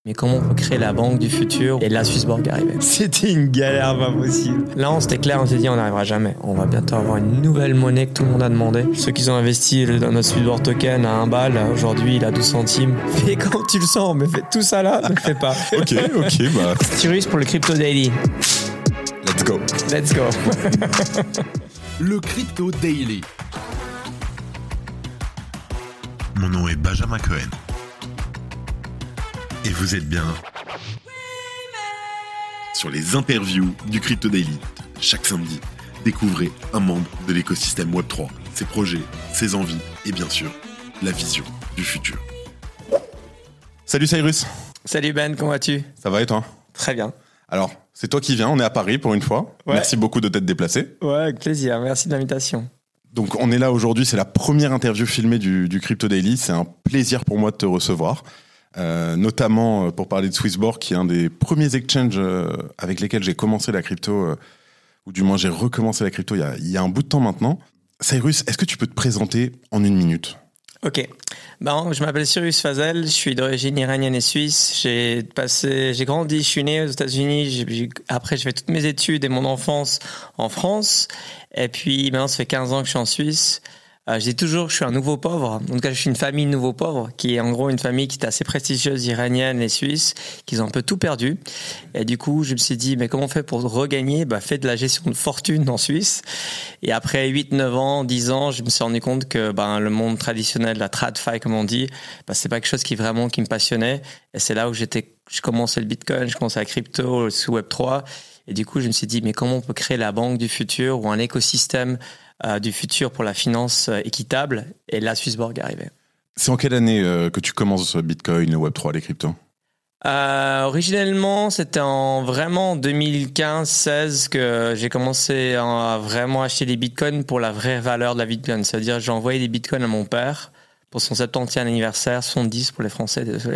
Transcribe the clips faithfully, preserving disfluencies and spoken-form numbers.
Mais comment on peut créer la banque du futur? Et là, Swissborg arrivait. C'était une galère pas possible. Là, on s'était clair, on s'est dit, on n'arrivera jamais. On va bientôt avoir une nouvelle monnaie que tout le monde a demandé. Ceux qui ont investi dans notre Swissborg token à un bal, aujourd'hui, il a douze centimes. Fais quand tu le sens, mais fais tout ça là, ne le fais pas. Ok, ok, bah. Cyrus pour le Crypto Daily. Let's go. Let's go. Le Crypto Daily. Mon nom est Benjamin Cohen. Et vous êtes bien sur les interviews du Crypto Daily. Chaque samedi, découvrez un membre de l'écosystème web trois, ses projets, ses envies et bien sûr, la vision du futur. Salut Cyrus. Salut Ben, comment vas-tu? Ça va et toi? Très bien. Alors, c'est toi qui viens, on est à Paris pour une fois. Ouais. Merci beaucoup de t'être déplacé. Ouais, avec plaisir, merci de l'invitation. Donc on est là aujourd'hui, c'est la première interview filmée du, du Crypto Daily. C'est un plaisir pour moi de te recevoir. Euh, notamment pour parler de Swissborg, qui est un des premiers exchanges euh, avec lesquels j'ai commencé la crypto, euh, ou du moins j'ai recommencé la crypto il y a, il y a un bout de temps maintenant. Cyrus, est-ce que tu peux te présenter en une minute? Ok, ben, je m'appelle Cyrus Fazel, je suis d'origine iranienne et suisse. J'ai passé, j'ai grandi, je suis né aux États-Unis. J'ai, j'ai, après, j'ai fait toutes mes études et mon enfance en France. Et puis maintenant, ça fait quinze ans que je suis en Suisse. Euh, je dis toujours que je suis un nouveau pauvre. En tout cas, je suis une famille de nouveaux pauvres, qui est en gros une famille qui est assez prestigieuse, iranienne et suisse, qui ont un peu tout perdu. Et du coup, je me suis dit, mais comment on fait pour regagner? Bah, fais de la gestion de fortune en Suisse. Et après huit, neuf ans, dix ans, je me suis rendu compte que ben, le monde traditionnel, la TradFi, comme on dit, bah, c'est pas quelque chose qui vraiment qui me passionnait. Et c'est là où j'étais, je commençais le Bitcoin, je commençais la crypto, sous web trois. Et du coup, je me suis dit, mais comment on peut créer la banque du futur ou un écosystème Euh, du futur pour la finance euh, équitable, et là Swissborg est arrivé. C'est en quelle année euh, que tu commences Bitcoin, le web trois, les cryptos? euh, Originellement, c'était en vraiment deux mille quinze seize que j'ai commencé à vraiment acheter des bitcoins pour la vraie valeur de la bitcoin. C'est-à-dire, j'ai envoyé des bitcoins à mon père pour son septantième anniversaire, soixante-dix pour les Français, désolé.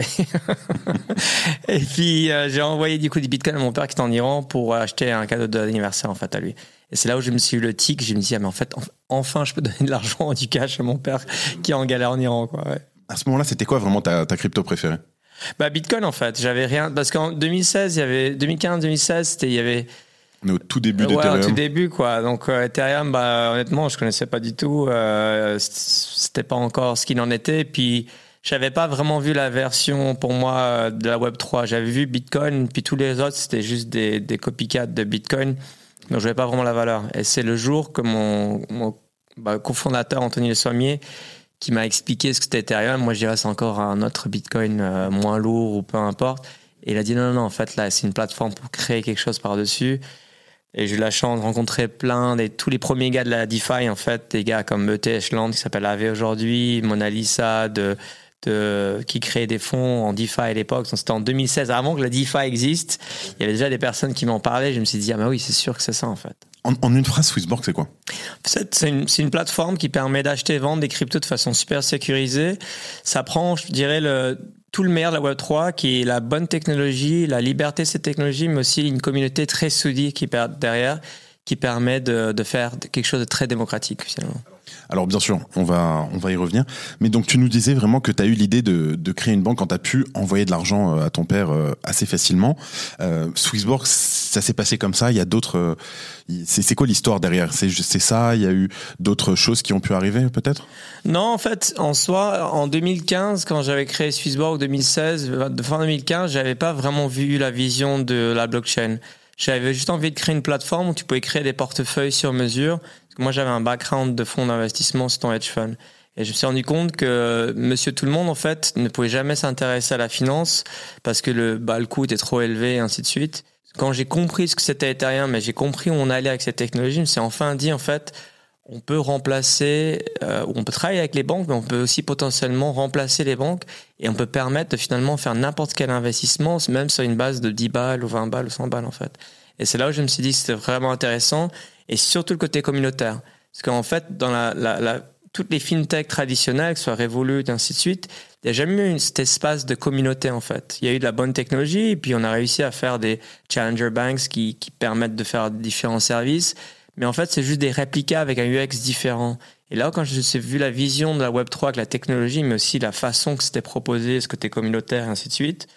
Et puis, euh, j'ai envoyé du coup des bitcoins à mon père qui est en Iran pour acheter un cadeau d'anniversaire en fait à lui. Et c'est là où je me suis eu le tic, je me dis, ah, mais en fait, enfin, je peux donner de l'argent, du cash à mon père qui est en galère en Iran, quoi. Ouais. À ce moment-là, c'était quoi vraiment ta, ta crypto préférée? Bah, Bitcoin, en fait. J'avais rien, parce qu'en deux mille seize, il y avait, deux mille quinze, deux mille seize, c'était, il y avait. On est au tout début ouais, d'Ethereum. au tout début, quoi. Donc, euh, Ethereum, bah, honnêtement, je connaissais pas du tout, euh, c'était pas encore ce qu'il en était. Puis, j'avais pas vraiment vu la version, pour moi, de la web trois. J'avais vu Bitcoin, puis tous les autres, c'était juste des, des copycats de Bitcoin. Donc, je voyais pas vraiment la valeur. Et c'est le jour que mon, mon bah, cofondateur, Anthony Le Sommier, qui m'a expliqué ce que c'était Ethereum. Moi, je dirais c'est encore un autre Bitcoin euh, moins lourd ou peu importe. Et il a dit non, non, non, en fait, là, c'est une plateforme pour créer quelque chose par-dessus. Et j'ai eu la chance de rencontrer plein des tous les premiers gars de la DeFi, en fait, des gars comme E T H Land, qui s'appelle A V aujourd'hui, Mona Lisa, de, de, qui créait des fonds en DeFi à l'époque. Donc, c'était en deux mille seize, avant que la DeFi existe. Il y avait déjà des personnes qui m'en parlaient. Je me suis dit, ah, bah oui, c'est sûr que c'est ça, en fait. En, en une phrase, Swissborg, c'est quoi? C'est une, c'est une plateforme qui permet d'acheter et vendre des cryptos de façon super sécurisée. Ça prend, je dirais, le, tout le meilleur de la web trois, qui est la bonne technologie, la liberté de cette technologie, mais aussi une communauté très soudée qui derrière, qui permet de, de faire quelque chose de très démocratique, finalement. Alors bien sûr, on va, on va y revenir. Mais donc tu nous disais vraiment que tu as eu l'idée de, de créer une banque quand tu as pu envoyer de l'argent à ton père assez facilement. Euh, Swissborg, ça s'est passé comme ça. Il y a d'autres... C'est, c'est quoi l'histoire derrière? c'est, c'est ça? Il y a eu d'autres choses qui ont pu arriver peut-être? Non, en fait, en soi, en deux mille quinze, quand j'avais créé Swissborg, deux mille seize, fin deux mille quinze, j'avais pas vraiment vu la vision de la blockchain. J'avais juste envie de créer une plateforme où tu pouvais créer des portefeuilles sur mesure. Moi, j'avais un background de fonds d'investissement, c'est en hedge fund. Et je me suis rendu compte que monsieur tout le monde, en fait, ne pouvait jamais s'intéresser à la finance parce que le, bah, le coût était trop élevé et ainsi de suite. Quand j'ai compris ce que c'était Ethereum, mais j'ai compris où on allait avec cette technologie, je me suis enfin dit, en fait, on peut remplacer, euh, on peut travailler avec les banques, mais on peut aussi potentiellement remplacer les banques et on peut permettre de finalement faire n'importe quel investissement, même sur une base de dix balles ou vingt balles ou cent balles, en fait. Et c'est là où je me suis dit que c'était vraiment intéressant. Et surtout le côté communautaire. Parce qu'en fait, dans la, la, la, toutes les fintechs traditionnelles, que ce soit Revolut et ainsi de suite, il n'y a jamais eu cet espace de communauté, en fait. Il y a eu de la bonne technologie, et puis on a réussi à faire des challenger banks qui, qui permettent de faire différents services. Mais en fait, c'est juste des réplicas avec un U X différent. Et là, quand j'ai vu la vision de la web trois avec la technologie, mais aussi la façon que c'était proposé, ce côté communautaire, et ainsi de suite,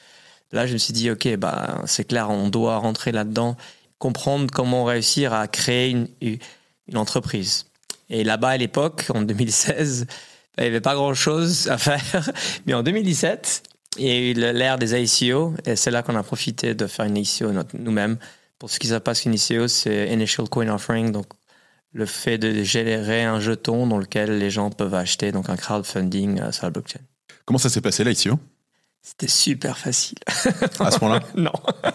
Là, je me suis dit, OK, bah, c'est clair, on doit rentrer là-dedans, comprendre comment réussir à créer une, une entreprise. Et là-bas, à l'époque, en deux mille seize, il n'y avait pas grand-chose à faire. Mais en deux mille dix-sept, il y a eu l'ère des I C O, et c'est là qu'on a profité de faire une I C O notre, nous-mêmes. Pour ceux qui ne savent pas ce qu'une I C O, c'est Initial Coin Offering, donc le fait de générer un jeton dans lequel les gens peuvent acheter, donc un crowdfunding euh, sur la blockchain. Comment ça s'est passé, l'I C O ? C'était super facile. À ce point-là ? Non.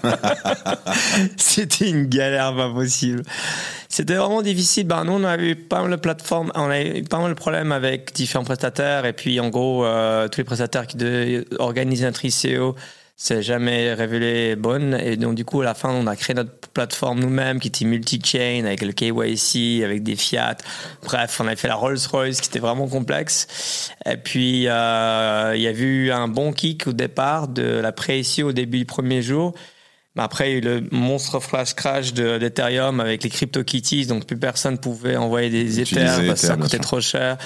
C'était une galère pas possible. C'était vraiment difficile. Ben, nous, on a eu pas mal de plateformes, on a eu pas mal de problèmes avec différents prestataires. Et puis, en gros, euh, tous les prestataires qui devaient organiser notre I C O, c'est jamais révélé bonne. Et donc, du coup, à la fin, on a créé notre plateforme nous-mêmes qui était multi-chain avec le K Y C, avec des fiat. Bref, on avait fait la Rolls-Royce qui était vraiment complexe. Et puis, euh, il y a eu un bon kick au départ de la pré-I C O au début du premier jour. Mais après, il y a eu le monstre flash crash de, d'Ethereum avec les CryptoKitties. Donc, plus personne pouvait envoyer des Ethers parce que ça coûtait trop cher.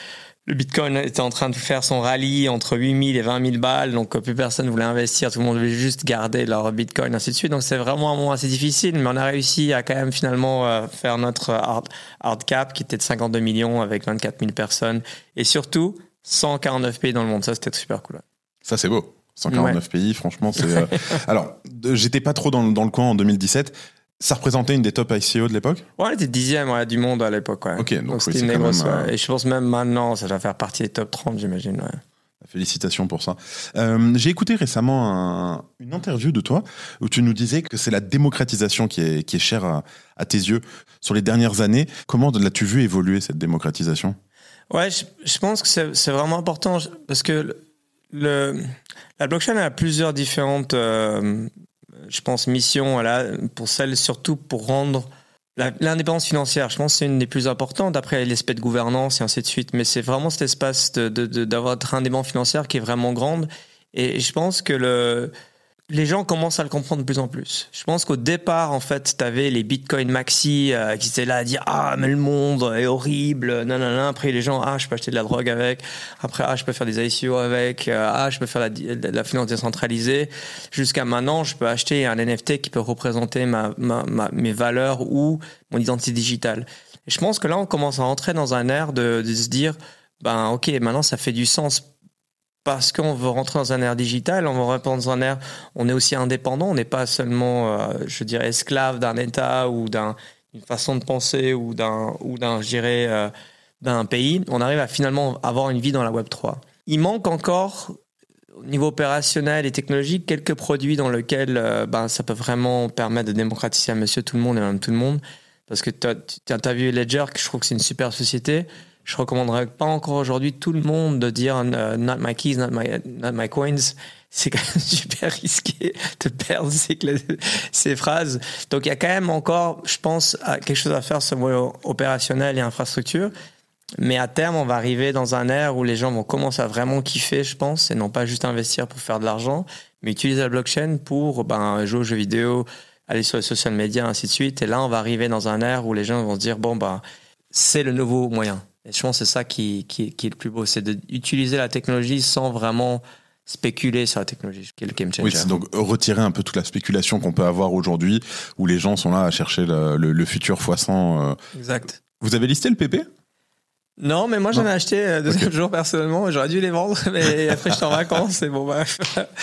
Le Bitcoin était en train de faire son rallye entre huit mille et vingt mille balles, donc plus personne voulait investir, tout le monde voulait juste garder leur Bitcoin, ainsi de suite. Donc c'est vraiment un moment assez difficile, mais on a réussi à quand même finalement euh, faire notre hard, hard cap qui était de cinquante-deux millions avec vingt-quatre mille personnes et surtout cent quarante-neuf pays dans le monde. Ça, c'était super cool. Ça, c'est beau. cent quarante-neuf ouais. pays, franchement, c'est... Euh... Alors, j'étais pas trop dans, dans le coin en deux mille dix-sept. Ça représentait une des top I C O de l'époque ? Ouais, elle était dixième ouais, du monde à l'époque. Ouais. Ok, donc, donc oui, c'était une grosse. même, euh... Et je pense même maintenant, ça doit faire partie des top trente, j'imagine. Ouais. Félicitations pour ça. Euh, j'ai écouté récemment un, une interview de toi où tu nous disais que c'est la démocratisation qui est, qui est chère à, à tes yeux. Sur les dernières années, comment l'as-tu vu évoluer cette démocratisation ? Ouais, je, je pense que c'est, c'est vraiment important parce que le, le, la blockchain a plusieurs différentes... Euh, je pense, mission, voilà, pour celle, surtout pour rendre la, l'indépendance financière. Je pense que c'est une des plus importantes. Après, l'aspect de gouvernance et ainsi de suite. Mais c'est vraiment cet espace de, de, de, d'avoir une indépendance financière qui est vraiment grande. Et je pense que le, les gens commencent à le comprendre de plus en plus. Je pense qu'au départ, en fait, tu avais les Bitcoin maxi euh, qui étaient là à dire « Ah, mais le monde est horrible, non, non, non. » Après, les gens « Ah, je peux acheter de la drogue avec. » Après « Ah, je peux faire des I C O avec. Euh, ah, je peux faire la, la, la finance décentralisée. » Jusqu'à maintenant, je peux acheter un N F T qui peut représenter ma, ma, ma, mes valeurs ou mon identité digitale. Et je pense que là, on commence à entrer dans un ère de, de se dire « Ben, OK, maintenant, ça fait du sens. » Parce qu'on veut rentrer dans un ère digital, on veut rentrer dans un ère, on est aussi indépendant, on n'est pas seulement, euh, je dirais, esclave d'un État ou d'un, d'une façon de penser ou d'un, ou d'un, je dirais, euh, d'un pays. On arrive à finalement avoir une vie dans la Web trois. Il manque encore, au niveau opérationnel et technologique, quelques produits dans lesquels euh, ben, ça peut vraiment permettre de démocratiser à monsieur tout le monde et même tout le monde. Parce que tu as vu Ledger, que je trouve que c'est une super société. Je recommanderais pas encore aujourd'hui tout le monde de dire uh, not my keys, not my, not my coins. C'est quand même super risqué de perdre ces, ces phrases. Donc il y a quand même encore, je pense, quelque chose à faire sur le volet opérationnel et infrastructure. Mais à terme, on va arriver dans un ère où les gens vont commencer à vraiment kiffer, je pense, et non pas juste investir pour faire de l'argent, mais utiliser la blockchain pour ben, jouer aux jeux vidéo, aller sur les social media, ainsi de suite. Et là, on va arriver dans un ère où les gens vont se dire, bon, ben, c'est le nouveau moyen. Et je pense que c'est ça qui, qui, qui est le plus beau, c'est d'utiliser la technologie sans vraiment spéculer sur la technologie, qui est le game changer. Oui, c'est donc retirer un peu toute la spéculation qu'on peut avoir aujourd'hui, où les gens sont là à chercher le, le, le futur fois cent. Euh... Exact. Vous avez listé le P P ? Non, mais moi j'en ai acheté euh, deuxième okay. jour personnellement. J'aurais dû les vendre, mais après j'étais en vacances et bon bref.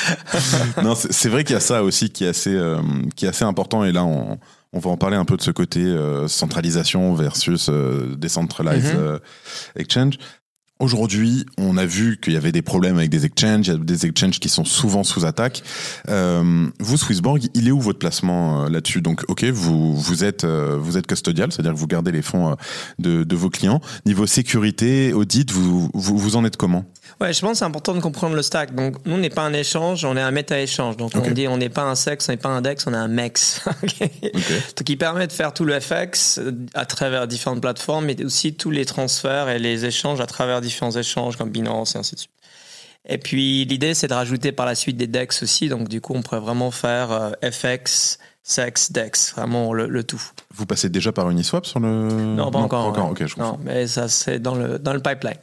Non, c'est, c'est vrai qu'il y a ça aussi qui est assez, euh, qui est assez important, et là on. On va en parler un peu de ce côté euh, centralisation versus euh, decentralized mm-hmm. euh, exchange. Aujourd'hui, on a vu qu'il y avait des problèmes avec des exchanges, il y a des exchanges qui sont souvent sous attaque. Euh, vous, Swissborg, il est où votre placement euh, là-dessus ? Donc, ok, vous vous êtes euh, vous êtes custodial, c'est-à-dire que vous gardez les fonds euh, de de vos clients. Niveau sécurité, audit, vous vous, vous en êtes comment ? Ouais, je pense que c'est important de comprendre le stack. Donc, nous, on n'est pas un échange, on est un méta-échange. Donc, okay. on dit, on n'est pas un sex, on n'est pas un dex, on est un mex. okay. Okay. Donc, il permet de faire tout le F X à travers différentes plateformes, mais aussi tous les transferts et les échanges à travers différents échanges comme Binance et ainsi de suite. Et puis, l'idée, c'est de rajouter par la suite des dex aussi. Donc, du coup, on pourrait vraiment faire euh, F X, sex, dex, vraiment le, le tout. Vous passez déjà par Uniswap sur le... Non, pas non, encore. Pas encore, ouais. ok, je comprends. Non, mais ça, c'est dans le, dans le pipeline.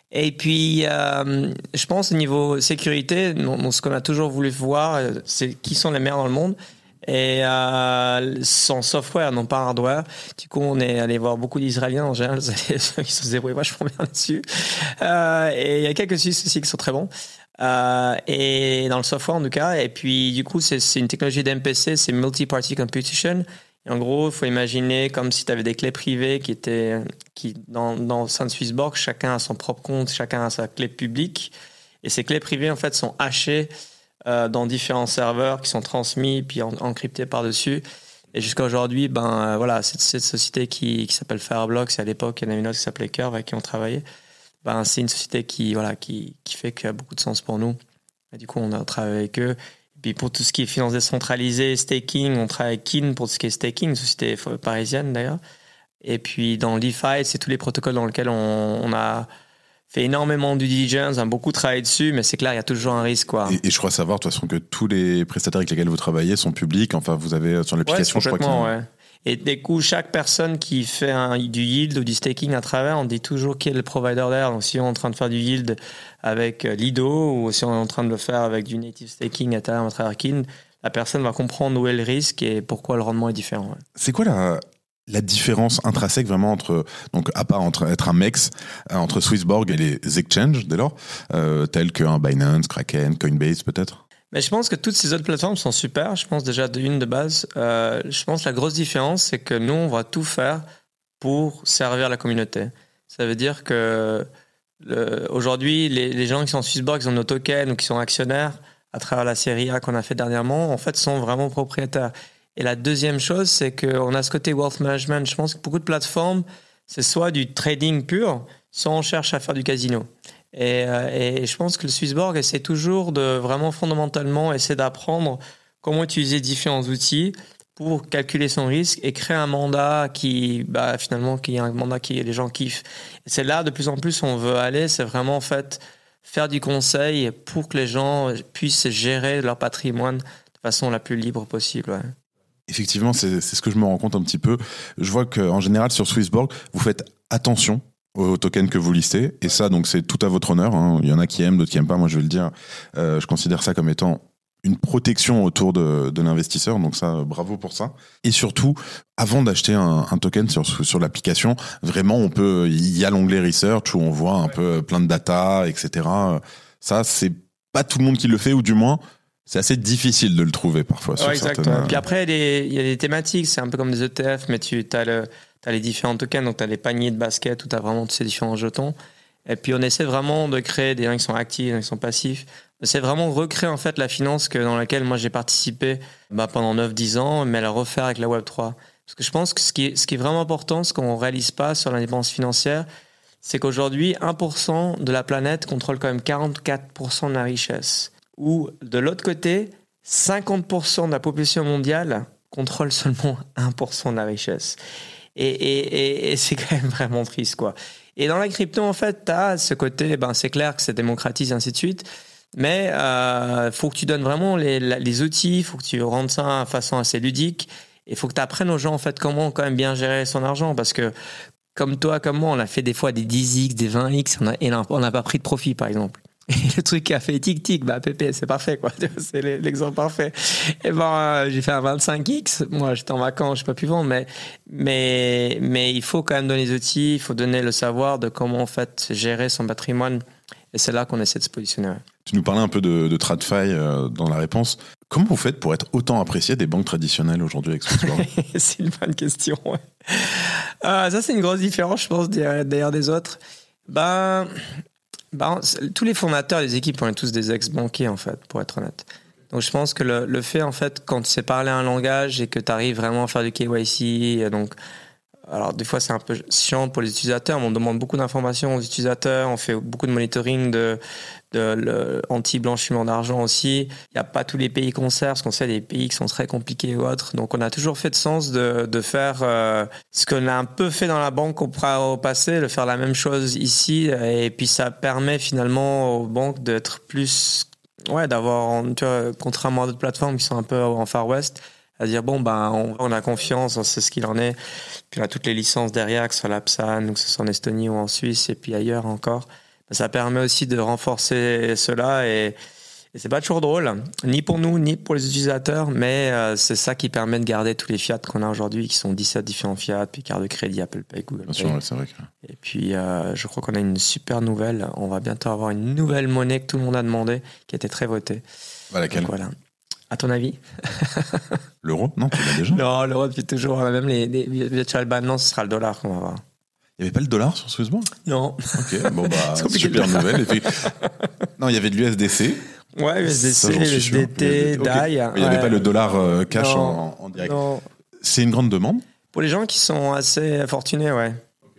Et puis, euh, je pense au niveau sécurité, non, non, ce qu'on a toujours voulu voir, c'est qui sont les meilleurs dans le monde. Et euh, sans software, non pas hardware. Du coup, on est allé voir beaucoup d'Israéliens en général, ils se débrouillent vachement bien là-dessus. Euh, et il y a quelques Suisses aussi qui sont très bons. Euh, et dans le software en tout cas. Et puis, du coup, c'est, c'est une technologie d'M P C, c'est Multi-Party Computation. Et en gros, il faut imaginer comme si tu avais des clés privées qui étaient qui dans dans sein de Swissborg, chacun a son propre compte, chacun a sa clé publique. Et ces clés privées en fait sont hachées euh, dans différents serveurs qui sont transmis puis en, encryptés par-dessus. Et jusqu'à aujourd'hui, ben euh, voilà, cette, cette société qui qui s'appelle Fireblocks, et à l'époque, il y en a une autre qui s'appelait Curve avec qui on travaillait. Ben c'est une société qui voilà qui qui fait qu'il y a beaucoup de sens pour nous. Et du coup, on a travaillé avec eux. Puis pour tout ce qui est finance décentralisée, staking, on travaille avec Kin pour tout ce qui est staking, une société parisienne d'ailleurs. Et puis dans l'E-Fi, c'est tous les protocoles dans lesquels on, on a fait énormément de due diligence, on a beaucoup travaillé dessus, mais c'est clair, il y a toujours un risque, quoi. Et, et je crois savoir de toute façon que tous les prestataires avec lesquels vous travaillez sont publics. Enfin, vous avez sur l'application, ouais, je crois que ouais. Et du coup, chaque personne qui fait un, du yield ou du staking à travers, on dit toujours qui est le provider derrière. Donc, si on est en train de faire du yield avec Lido ou si on est en train de le faire avec du native staking à travers, à travers Kin, la personne va comprendre où est le risque et pourquoi le rendement est différent. Ouais. C'est quoi la, la différence intrinsèque vraiment entre, donc à part entre être un M E X, entre Swissborg et les exchanges dès lors, euh, tels qu'un Binance, Kraken, Coinbase peut-être? Mais je pense que toutes ces autres plateformes sont super. Je pense déjà d'une de base. Euh, je pense que la grosse différence, c'est que nous, on va tout faire pour servir la communauté. Ça veut dire que le, aujourd'hui, les, les gens qui sont Swissborg, qui ont nos tokens ou qui sont actionnaires à travers la série A qu'on a fait dernièrement, en fait, sont vraiment propriétaires. Et la deuxième chose, c'est qu'on a ce côté wealth management. Je pense que beaucoup de plateformes, c'est soit du trading pur, soit on cherche à faire du casino. Et, et je pense que le Swissborg essaie toujours de vraiment fondamentalement essayer d'apprendre comment utiliser différents outils pour calculer son risque et créer un mandat qui, bah, finalement, qui est un mandat qui les gens kiffent. Et c'est là de plus en plus où on veut aller, c'est vraiment en fait faire du conseil pour que les gens puissent gérer leur patrimoine de façon la plus libre possible. Ouais. Effectivement, c'est, c'est ce que je me rends compte un petit peu. Je vois qu'en général sur Swissborg, vous faites attention aux tokens que vous listez, et ça, donc, c'est tout à votre honneur, hein. Il y en a qui aiment, d'autres qui aiment pas. Moi, je vais le dire, euh, je considère ça comme étant une protection autour de, de l'investisseur, donc ça, bravo pour ça. Et surtout, avant d'acheter un, un token sur sur l'application, vraiment, on peut, il y a l'onglet research où on voit un peu plein de data, et cetera. Ça, c'est pas tout le monde qui le fait, ou du moins, c'est assez difficile de le trouver parfois. Ouais, sur exactement. certaines... Puis après, il y a des thématiques, c'est un peu comme des E T F, mais tu as le tu as les différents tokens, donc tu as les paniers de basket où tu as vraiment tous ces différents jetons. Et puis on essaie vraiment de créer des gens qui sont actifs, des gens qui sont passifs. On essaie vraiment de recréer en fait la finance que, dans laquelle moi j'ai participé bah, pendant neuf dix ans, mais la refaire avec la Web trois. Parce que je pense que ce qui est, ce qui est vraiment important, ce qu'on ne réalise pas sur l'indépendance financière, c'est qu'aujourd'hui, un pour cent de la planète contrôle quand même quarante-quatre pour cent de la richesse. Ou de l'autre côté, cinquante pour cent de la population mondiale contrôle seulement un pour cent de la richesse. Et, et, et, et c'est quand même vraiment triste, quoi. Et dans la crypto, en fait, tu as ce côté, ben, c'est clair que c'est démocratisé, ainsi de suite. Mais il euh, faut que tu donnes vraiment les, les outils, il faut que tu rendes ça de façon assez ludique. Et il faut que tu apprennes aux gens, en fait, comment quand même bien gérer son argent. Parce que, comme toi, comme moi, on a fait des fois des dix x, des vingt x, on a, et on n'a pas pris de profit, par exemple. Et le truc qui a fait tic-tic, bah, Pépé, c'est parfait, quoi. C'est l'exemple parfait. Et ben, euh, j'ai fait un vingt-cinq x. Moi, j'étais en vacances, j'ai pas pu vendre, mais, mais, mais il faut quand même donner les outils, il faut donner le savoir de comment, en fait, gérer son patrimoine. Et c'est là qu'on essaie de se positionner. Tu nous parlais un peu de, de TradFi euh, dans la réponse. Comment vous faites pour être autant apprécié des banques traditionnelles aujourd'hui avec Swissborg? C'est une bonne question, ouais. Euh, ça, c'est une grosse différence, je pense, d'ailleurs des autres. Ben, ben, tous les fondateurs des équipes, on est tous des ex-banquiers, en fait, pour être honnête. Donc, je pense que le, le fait, en fait, quand tu sais parler un langage et que tu arrives vraiment à faire du K Y C, donc, alors, des fois, c'est un peu chiant pour les utilisateurs, mais on demande beaucoup d'informations aux utilisateurs, on fait beaucoup de monitoring de, de le anti-blanchiment d'argent aussi. Il n'y a pas tous les pays qu'on sert, parce qu'on sait des pays qui sont très compliqués ou autres. Donc, on a toujours fait de sens de, de faire euh, ce qu'on a un peu fait dans la banque au, au passé, de faire la même chose ici. Et puis, ça permet finalement aux banques d'être plus, ouais, d'avoir, tu vois, contrairement à d'autres plateformes qui sont un peu en Far West, à dire, bon, ben, on, on a confiance, on sait ce qu'il en est. Puis on a toutes les licences derrière, que ce soit l'Apsan, ou que ce soit en Estonie ou en Suisse, et puis ailleurs encore. Ça permet aussi de renforcer cela et, et c'est pas toujours drôle, ni pour nous, ni pour les utilisateurs, mais euh, c'est ça qui permet de garder tous les fiat qu'on a aujourd'hui, qui sont dix-sept différents fiat, puis carte de crédit, Apple Pay, Google Pay. Bien sûr, ouais, c'est vrai que... Et puis, euh, je crois qu'on a une super nouvelle. On va bientôt avoir une nouvelle monnaie que tout le monde a demandé, qui a été très votée. Bah, laquelle? Donc, voilà. À ton avis? L'euro? Non, tu l'as déjà. Non, l'euro depuis toujours. Même les, les virtual bands, non, ce sera le dollar qu'on va avoir. Il n'y avait pas le dollar sur Swissborg? Non. Ok, bon bah, super nouvelle. Puis... Non, il y avait de l'U S D C. Ouais, U S D C, U S D T, D A I. Okay. Il n'y avait ouais. pas le dollar euh, cash en, en direct. Non. C'est une grande demande? Pour les gens qui sont assez fortunés, ouais.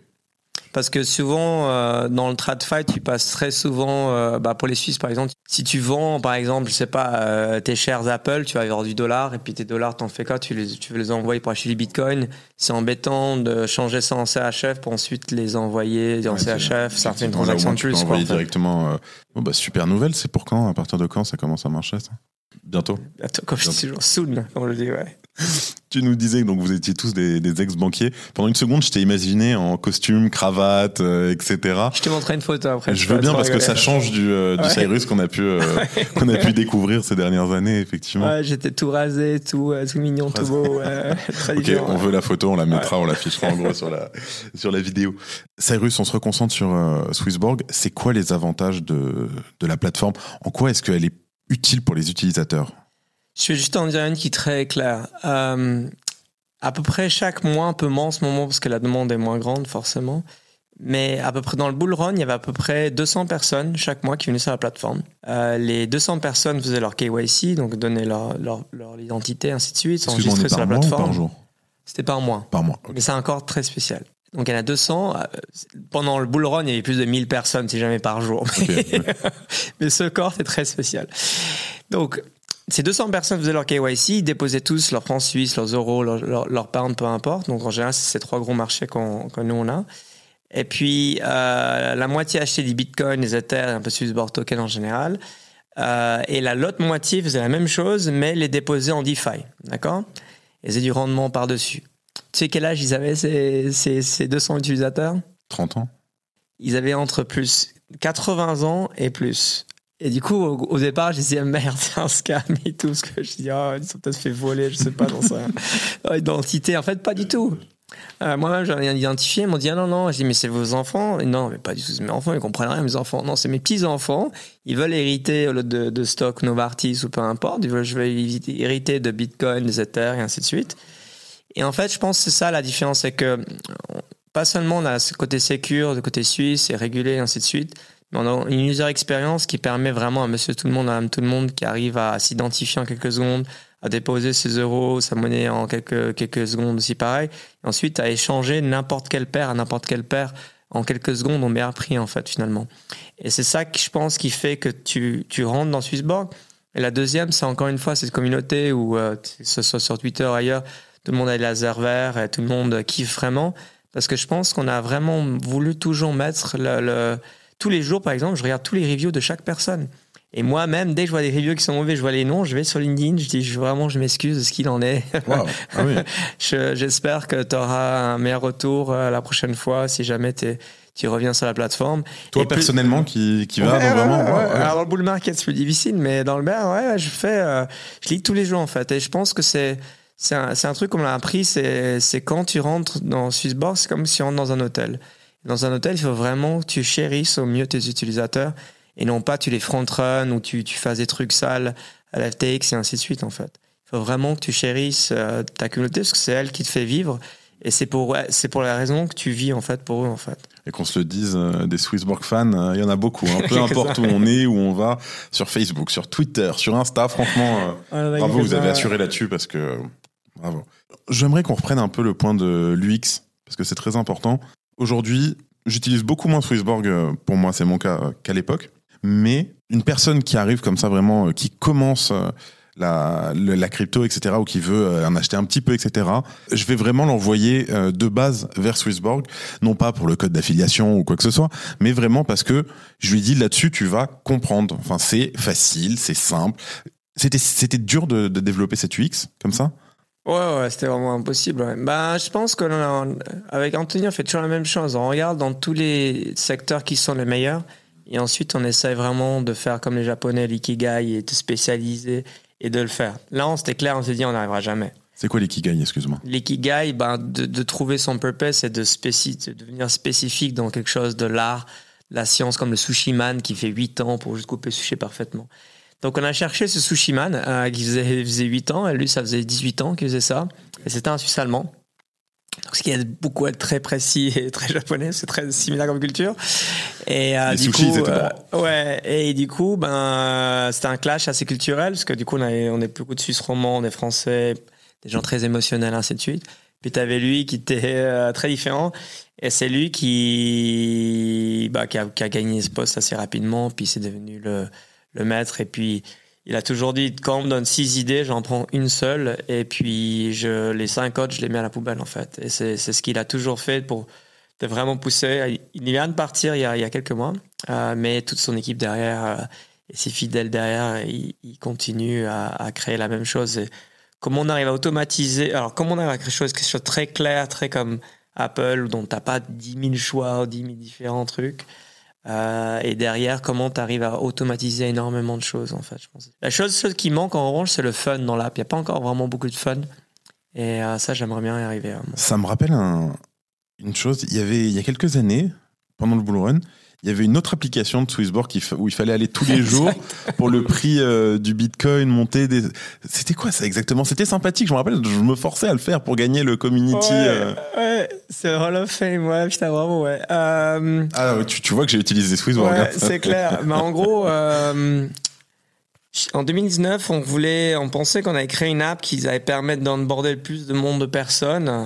Parce que souvent, euh, dans le TradFi, tu passes très souvent, euh, bah pour les Suisses par exemple, si tu vends par exemple, je sais pas, euh, tes shares Apple, tu vas avoir du dollar, et puis tes dollars, t'en fais quoi? Tu, les, tu veux les envoyer pour acheter du Bitcoin. C'est embêtant de changer ça en C H F pour ensuite les envoyer en ouais, C H F. Ça fait une transaction de plus. Tu peux envoyer directement. Euh... Bon, bah, super nouvelle, c'est pour quand? À partir de quand ça commence à marcher ça? Bientôt. Bientôt, comme Bientôt. Je dis toujours, soon, comme on le dit, ouais. Tu nous disais que donc vous étiez tous des, des ex-banquiers. Pendant une seconde, je t'ai imaginé en costume, cravate, euh, et cetera. Je te montrerai une photo après. Je veux bien parce que ça change du, euh, du ouais. Cyrus qu'on a pu euh, qu'on a pu découvrir ces dernières années, effectivement. Ouais, j'étais tout rasé, tout, euh, tout mignon, tout beau. Ouais, très ok, différent, on ouais. veut la photo, on la mettra, ouais. On l'affichera en gros sur la sur la vidéo. Cyrus, on se reconcentre sur euh, Swissborg. C'est quoi les avantages de de la plateforme? En quoi est-ce qu'elle est utile pour les utilisateurs? Je vais juste en dire une qui est très claire. Euh, à peu près chaque mois, un peu moins en ce moment parce que la demande est moins grande forcément, mais à peu près dans le bull run, il y avait à peu près deux cents personnes chaque mois qui venaient sur la plateforme. Euh, les deux cents personnes faisaient leur K Y C, donc donnaient leur, leur, leur identité, ainsi de suite, s'enregistraient sur la plateforme. Par jour? C'était par mois. Par mois. Okay. Mais c'est encore très spécial. Donc il y en a deux cents. Pendant le bull run, il y avait plus de mille personnes, si jamais par jour. Okay, ouais. Mais ce corps, c'est très spécial. Donc ces deux cents personnes faisaient leur K Y C, ils déposaient tous leurs francs suisses, leurs euros, leurs leur, leur pounds, peu importe. Donc en général, c'est ces trois gros marchés qu'on, que nous on a. Et puis euh, la moitié achetait des bitcoins, des Ether, un peu Swissborg token en général. Euh, et la l'autre moitié faisait la même chose, mais les déposait en DeFi, d'accord? Ils faisaient du rendement par-dessus. Tu sais quel âge ils avaient ces, ces, ces deux cents utilisateurs? trente ans. Ils avaient entre plus quatre-vingts ans et plus. Et du coup, au, au départ, je disais merde, c'est un scam et tout. Ce que je dis, oh, ils sont peut-être fait voler, je sais pas, dans sa oh, identité. En fait, pas du tout. Euh, moi-même, j'en ai identifié. Ils m'ont dit ah non, non. Je dis mais c'est vos enfants? Et non, mais pas du tout. C'est mes enfants, ils comprennent rien, mes enfants. Non, c'est mes petits-enfants. Ils veulent hériter de, de stock Novartis ou peu importe. Ils veulent, je vais hériter de Bitcoin, des Ether et ainsi de suite. Et en fait, je pense que c'est ça la différence. C'est que pas seulement on a ce côté sécure, le côté suisse et régulé et ainsi de suite. On a une user experience qui permet vraiment à monsieur tout le monde, à madame tout le monde, qui arrive à s'identifier en quelques secondes, à déposer ses euros, sa monnaie en quelques, quelques secondes aussi pareil. Et ensuite, à échanger n'importe quelle paire à n'importe quelle paire en quelques secondes au meilleur prix, en fait, finalement. Et c'est ça que je pense qui fait que tu, tu rentres dans Swissborg. Et la deuxième, c'est encore une fois cette communauté où, euh, que ce soit sur Twitter ou ailleurs, tout le monde a les lasers verts et tout le monde kiffe vraiment. Parce que je pense qu'on a vraiment voulu toujours mettre le... le tous les jours, par exemple, je regarde tous les reviews de chaque personne. Et moi-même, dès que je vois des reviews qui sont mauvais, je vois les noms, je vais sur LinkedIn, je dis je, vraiment, je m'excuse de ce qu'il en est. Wow. Ah oui. je, j'espère que tu auras un meilleur retour euh, la prochaine fois si jamais t'es, tu reviens sur la plateforme. Toi, et personnellement, plus... qui, qui va ouais, donc vraiment ouais, ouais, ouais. Ouais. Alors, dans le bull market, c'est plus difficile, mais dans le bear, ouais, je fais, euh, je lis tous les jours, en fait. Et je pense que c'est, c'est un, c'est un truc qu'on m'a appris, c'est, c'est quand tu rentres dans Swissborg, c'est comme si tu rentres dans un hôtel. Dans un hôtel, il faut vraiment que tu chérisses au mieux tes utilisateurs et non pas tu les front-run ou tu, tu fasses des trucs sales à la F T X et ainsi de suite, en fait. Il faut vraiment que tu chérisses euh, ta communauté parce que c'est elle qui te fait vivre et c'est pour, c'est pour la raison que tu vis, en fait, pour eux, en fait. Et qu'on se le dise, euh, des Swissborg fans, il euh, y en a beaucoup. Hein. Peu importe où on est, où on va, sur Facebook, sur Twitter, sur Insta, franchement, euh, bravo, vous avez assuré là-dessus parce que... Euh, bravo. J'aimerais qu'on reprenne un peu le point de l'U X parce que c'est très important. Aujourd'hui, j'utilise beaucoup moins Swissborg, pour moi c'est mon cas, qu'à l'époque, mais une personne qui arrive comme ça vraiment, qui commence la, la crypto, et cetera, ou qui veut en acheter un petit peu, et cetera, je vais vraiment l'envoyer de base vers Swissborg, non pas pour le code d'affiliation ou quoi que ce soit, mais vraiment parce que je lui dis là-dessus, tu vas comprendre. Enfin, c'est facile, c'est simple. C'était, c'était dur de, de développer cette U X comme ça? Ouais, ouais, c'était vraiment impossible. Ouais. Bah, je pense que là, avec Anthony, on fait toujours la même chose. On regarde dans tous les secteurs qui sont les meilleurs Et ensuite, on essaie vraiment de faire comme les Japonais, l'ikigai, et de spécialiser et de le faire. Là, on s'était clair, on s'est dit, on n'arrivera jamais. C'est quoi l'ikigai, excuse-moi? L'ikigai, ben, de, de trouver son purpose et de, spécif- de devenir spécifique dans quelque chose de l'art, de la science, comme le sushi man qui fait huit ans pour juste couper sushi parfaitement. Donc, on a cherché ce sushi man euh, qui faisait, faisait huit ans, et lui, ça faisait dix-huit ans qu'il faisait ça. Et c'était un Suisse allemand. Donc, ce qui est beaucoup être très précis et très japonais, c'est très similaire comme culture. Et euh, les du sushis, coup, ils étaient euh, bons. ouais. Et du coup, ben, c'était un clash assez culturel parce que du coup, on, avait, on est beaucoup de Suisses romands, des Français, des gens très émotionnels, ainsi de suite. Puis t'avais lui qui était euh, très différent, et c'est lui qui, bah, qui a, qui a gagné ce poste assez rapidement. Puis c'est devenu le, le maître. Et puis il a toujours dit, quand on me donne six idées, j'en prends une seule, et puis je, les cinq autres, je les mets à la poubelle, en fait. Et c'est, c'est ce qu'il a toujours fait pour de vraiment pousser. Il vient de partir il y a, il y a quelques mois, euh, mais toute son équipe derrière, euh, et ses fidèles derrière, il, il continue à, à créer la même chose. Et comment on arrive à automatiser, alors comment on arrive à créer quelque chose, quelque chose de très clair, très comme Apple, dont t'as pas dix mille choix, dix mille différents trucs. Euh, et derrière, comment tu arrives à automatiser énormément de choses, en fait, je pense. La chose, chose qui manque en revanche, c'est le fun dans l'app. Il n'y a pas encore vraiment beaucoup de fun. Et euh, ça, j'aimerais bien y arriver. Vraiment. Ça me rappelle un, une chose. Il y avait, il y a quelques années, pendant le Bull Run, il y avait une autre application de Swissborg qui, où il fallait aller tous les jours pour le prix euh, du Bitcoin, monter des... C'était quoi ça exactement? C'était sympathique, je me rappelle, je me forçais à le faire pour gagner le community. Ouais, euh... ouais c'est Hall of Fame, ouais, putain, bravo, ouais. Euh... Ah, tu, tu vois que j'ai utilisé Swissborg. Ouais, hein. c'est clair. Mais en gros, euh, en deux mille dix-neuf, on voulait, on pensait qu'on allait créer une app qui allait permettre d'onboarder le plus de monde de personnes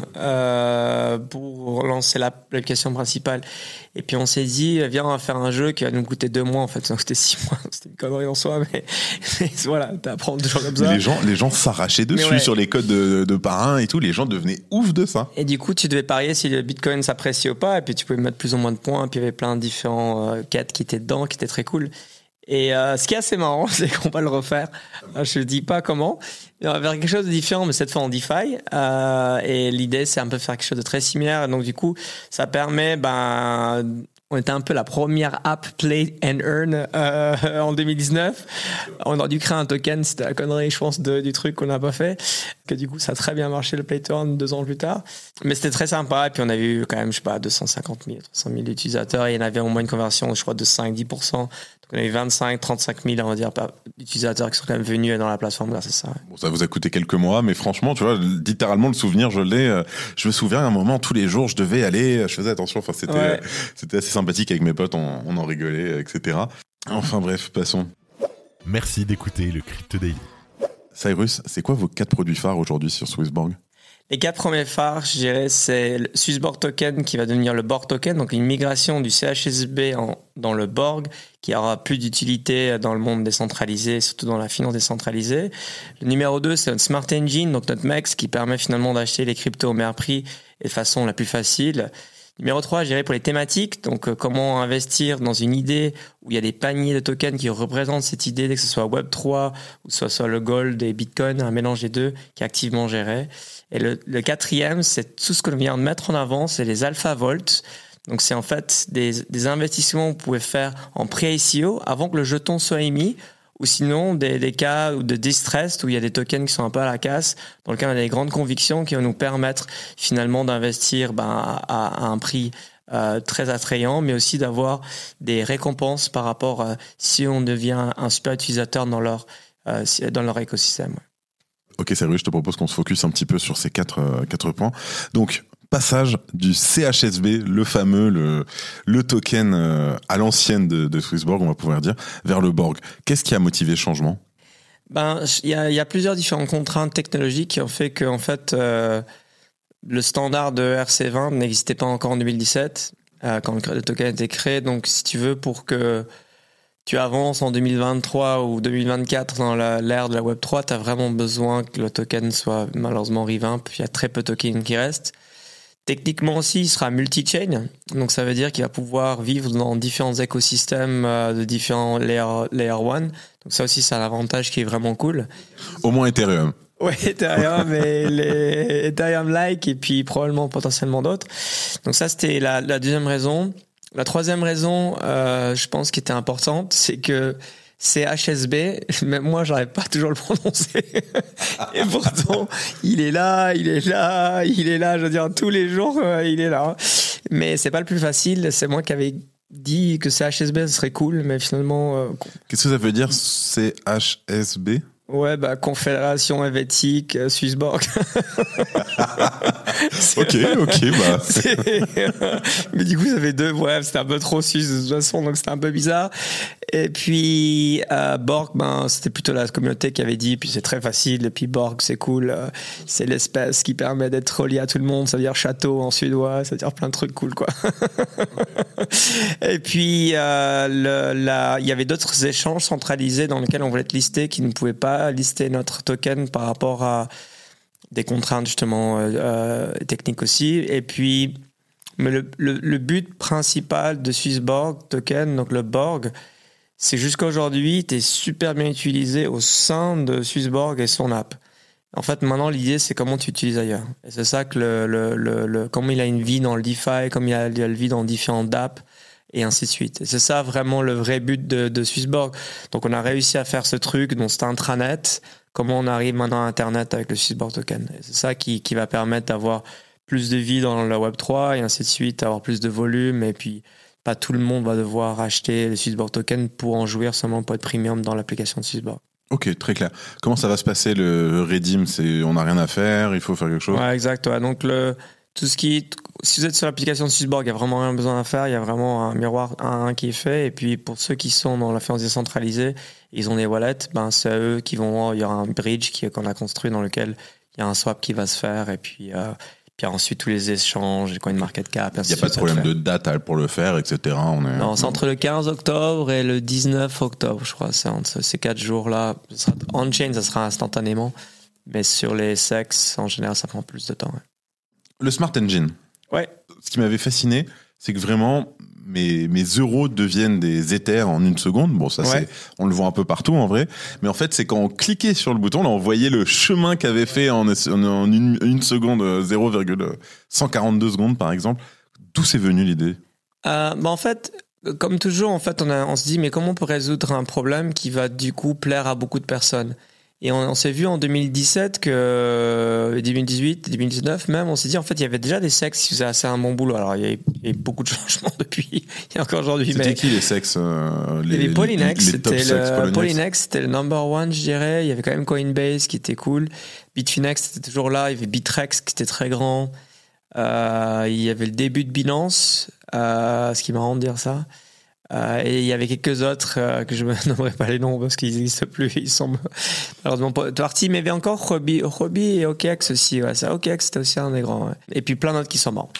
euh, pour lancer l'application principale. Et puis on s'est dit, viens, on va faire un jeu qui va nous coûter deux mois, en fait. Donc c'était six mois, c'était une connerie en soi, mais, mais voilà, t'apprends toujours comme ça. Les gens, les gens s'arrachaient dessus ouais. sur les codes de, de parrain et tout. Les gens devenaient ouf de ça. Et du coup, tu devais parier si le Bitcoin s'appréciait ou pas, et puis tu pouvais mettre plus ou moins de points, puis il y avait plein de différents euh, quêtes qui étaient dedans, qui étaient très cool. Et euh, ce qui est assez marrant, c'est qu'on va le refaire. Je ne dis pas comment. On va faire quelque chose de différent, mais cette fois en DeFi. Euh, et l'idée, c'est un peu faire quelque chose de très similaire. Et donc, du coup, ça permet... Ben, on était un peu la première app Play and Earn euh, en deux mille dix-neuf. On a dû créer un token, c'était la connerie, je pense, de, du truc qu'on n'a pas fait. Que du coup, ça a très bien marché, le Play to Earn, deux ans plus tard. Mais c'était très sympa. Et puis, on avait eu quand même, je sais pas, deux cent cinquante mille, trois cent mille utilisateurs. Et il y en avait au moins une conversion, je crois, de cinq à dix pour cent. Donc, on avait vingt-cinq à trente-cinq mille, on va dire, utilisateurs qui sont quand même venus dans la plateforme grâce à ça. Bon, ça vous a coûté quelques mois, mais franchement, tu vois, littéralement, le souvenir, je l'ai. Je me souviens, à un moment, tous les jours, je devais aller, je faisais attention. Enfin, c'était, ouais. c'était assez sympathique avec mes potes, on, on en rigolait, et cetera. Enfin, bref, passons. Merci d'écouter le Crypto Daily. Cyrus, c'est quoi vos quatre produits phares aujourd'hui sur Swissborg? Les quatre premiers phares, je dirais, c'est le Swissborg Token qui va devenir le Borg Token, donc une migration du C H S B en, dans le Borg, qui aura plus d'utilité dans le monde décentralisé, surtout dans la finance décentralisée. Le numéro deux, c'est notre Smart Engine, donc notre M E X, qui permet finalement d'acheter les cryptos au meilleur prix et de façon la plus facile. Numéro trois, je dirais pour les thématiques, donc euh, comment investir dans une idée où il y a des paniers de tokens qui représentent cette idée, que ce soit Web trois ou que ce soit le Gold et Bitcoin, un mélange des deux qui est activement géré. Et le, le quatrième, c'est tout ce que l'on vient de mettre en avant, c'est les Alpha Vault. Donc c'est en fait des, des investissements que vous pouvez faire en pré-I C O avant que le jeton soit émis, ou sinon des, des cas de distress où il y a des tokens qui sont un peu à la casse, dans lequel on a des grandes convictions qui vont nous permettre finalement d'investir ben, à, à un prix euh, très attrayant, mais aussi d'avoir des récompenses par rapport à si on devient un super utilisateur dans leur, euh, dans leur écosystème. Ok, Cyrus, je te propose qu'on se focus un petit peu sur ces quatre, euh, quatre points. Donc, passage du C H S B, le fameux, le, le token euh, à l'ancienne de, de Swissborg, on va pouvoir dire, vers le Borg. Qu'est-ce qui a motivé le changement? Ben, il y a, y a plusieurs différentes contraintes technologiques qui ont fait que, en fait, euh, le standard de R C vingt n'existait pas encore en deux mille dix-sept, euh, quand le token a été créé. Donc, si tu veux, pour que tu avances en deux mille vingt-trois ou deux mille vingt-quatre dans la, l'ère de la Web trois, tu as vraiment besoin que le token soit malheureusement revamp. Il y a très peu de tokens qui restent. Techniquement aussi, il sera multi-chain, donc ça veut dire qu'il va pouvoir vivre dans différents écosystèmes euh, de différents layer, layer one. Donc ça aussi, c'est un avantage qui est vraiment cool. Au moins Ethereum. Ouais, Ethereum et les Ethereum-like, et puis probablement potentiellement d'autres. Donc ça, c'était la, la deuxième raison. La troisième raison, euh, je pense, qui était importante, c'est que c'est H S B, même moi, j'arrive pas toujours à le prononcer. Et pourtant, il est là, il est là, il est là. Je veux dire, tous les jours, euh, il est là. Mais c'est pas le plus facile. C'est moi qui avais dit que c'est H S B, ce serait cool, mais finalement. Euh, Qu'est-ce que ça veut dire, C H S B? Ouais, bah, Confédération Helvétique, euh, Swissborg. ok, ok, bah. Mais du coup, ça fait deux. Bref, c'était un peu trop suisse de toute façon, donc c'était un peu bizarre. Et puis, euh, Borg, ben, c'était plutôt la communauté qui avait dit, puis c'est très facile, et puis Borg, c'est cool. Euh, c'est l'espèce qui permet d'être relié à tout le monde, ça veut dire château en suédois, ça veut dire plein de trucs cool, quoi. Et puis, euh, le, la, il y avait d'autres échanges centralisés dans lesquels on voulait être listé, qui ne pouvaient pas lister notre token par rapport à des contraintes justement euh, techniques aussi. Et puis, mais le, le, le but principal de Swissborg token, donc le Borg, c'est jusqu'à aujourd'hui, tu es super bien utilisé au sein de Swissborg et son app. En fait, maintenant, l'idée, c'est comment tu l'utilises ailleurs. Et c'est ça que le, le, le, le, comment il a une vie dans le DeFi, comme il a, il a le vie dans différentes apps, et ainsi de suite. Et c'est ça vraiment le vrai but de, de Swissborg. Donc on a réussi à faire ce truc, dont c'est intranet, comment on arrive maintenant à Internet avec le Swissborg token. Et c'est ça qui, qui va permettre d'avoir plus de vie dans le web trois et ainsi de suite, avoir plus de volume, et puis pas tout le monde va devoir acheter le Swissborg token pour en jouir seulement pour être premium dans l'application de Swissborg. Ok, très clair. Comment ça va se passer le redeem? C'est, on n'a rien à faire, il faut faire quelque chose? Ouais, exact. Ouais. Donc le tout ce qui, si vous êtes sur l'application de Swissborg, il n'y a vraiment rien besoin à faire. Il y a vraiment un miroir un à un qui est fait. Et puis, pour ceux qui sont dans la finance décentralisée, ils ont des wallets, ben, c'est à eux qui vont, il y aura un bridge qui, qu'on a construit dans lequel il y a un swap qui va se faire. Et puis, euh, puis ensuite, tous les échanges, les CoinMarketCap. Il n'y a pas de problème de date pour le faire, et cetera. On est... Non, c'est entre le quinze octobre et le dix-neuf octobre, je crois. C'est entre ces quatre jours-là. On-chain, ça sera instantanément. Mais sur les S E X, en général, ça prend plus de temps. Ouais. Le Smart Engine. Ouais. Ce qui m'avait fasciné, c'est que vraiment, mes, mes euros deviennent des Ethers en une seconde. Bon, ça, ouais. c'est, on le voit un peu partout, en vrai. Mais en fait, c'est quand on cliquait sur le bouton, là, on voyait le chemin qu'avait fait en, en une, une seconde, zéro virgule cent quarante-deux secondes, par exemple. D'où c'est venu l'idée? euh, bah En fait, comme toujours, en fait, on, a, on se dit, mais comment on peut résoudre un problème qui va, du coup, plaire à beaucoup de personnes? Et on, on s'est vu en deux mille dix-sept que deux mille dix-huit, deux mille dix-neuf même, on s'est dit en fait il y avait déjà des sexes qui faisaient assez un bon boulot. Alors il y a eu, il y a eu beaucoup de changements depuis, il y a encore aujourd'hui. C'était mais... qui les sexes euh, les, les Polynex, les, les c'était le Polynex, c'était le number one, je dirais. Il y avait quand même Coinbase qui était cool. Bitfinex c'était toujours là. Il y avait Bitrex qui était très grand. Euh, il y avait le début de Binance, euh, ce qui est marrant de dire ça. Euh, et il y avait quelques autres euh, que je ne nommerai pas les noms parce qu'ils n'existent plus, ils sont malheureusement pas partis, mais il y avait encore Huobi, Huobi et O K X aussi, ouais, ça, O K X c'était aussi un des grands, ouais. Et puis plein d'autres qui sont morts.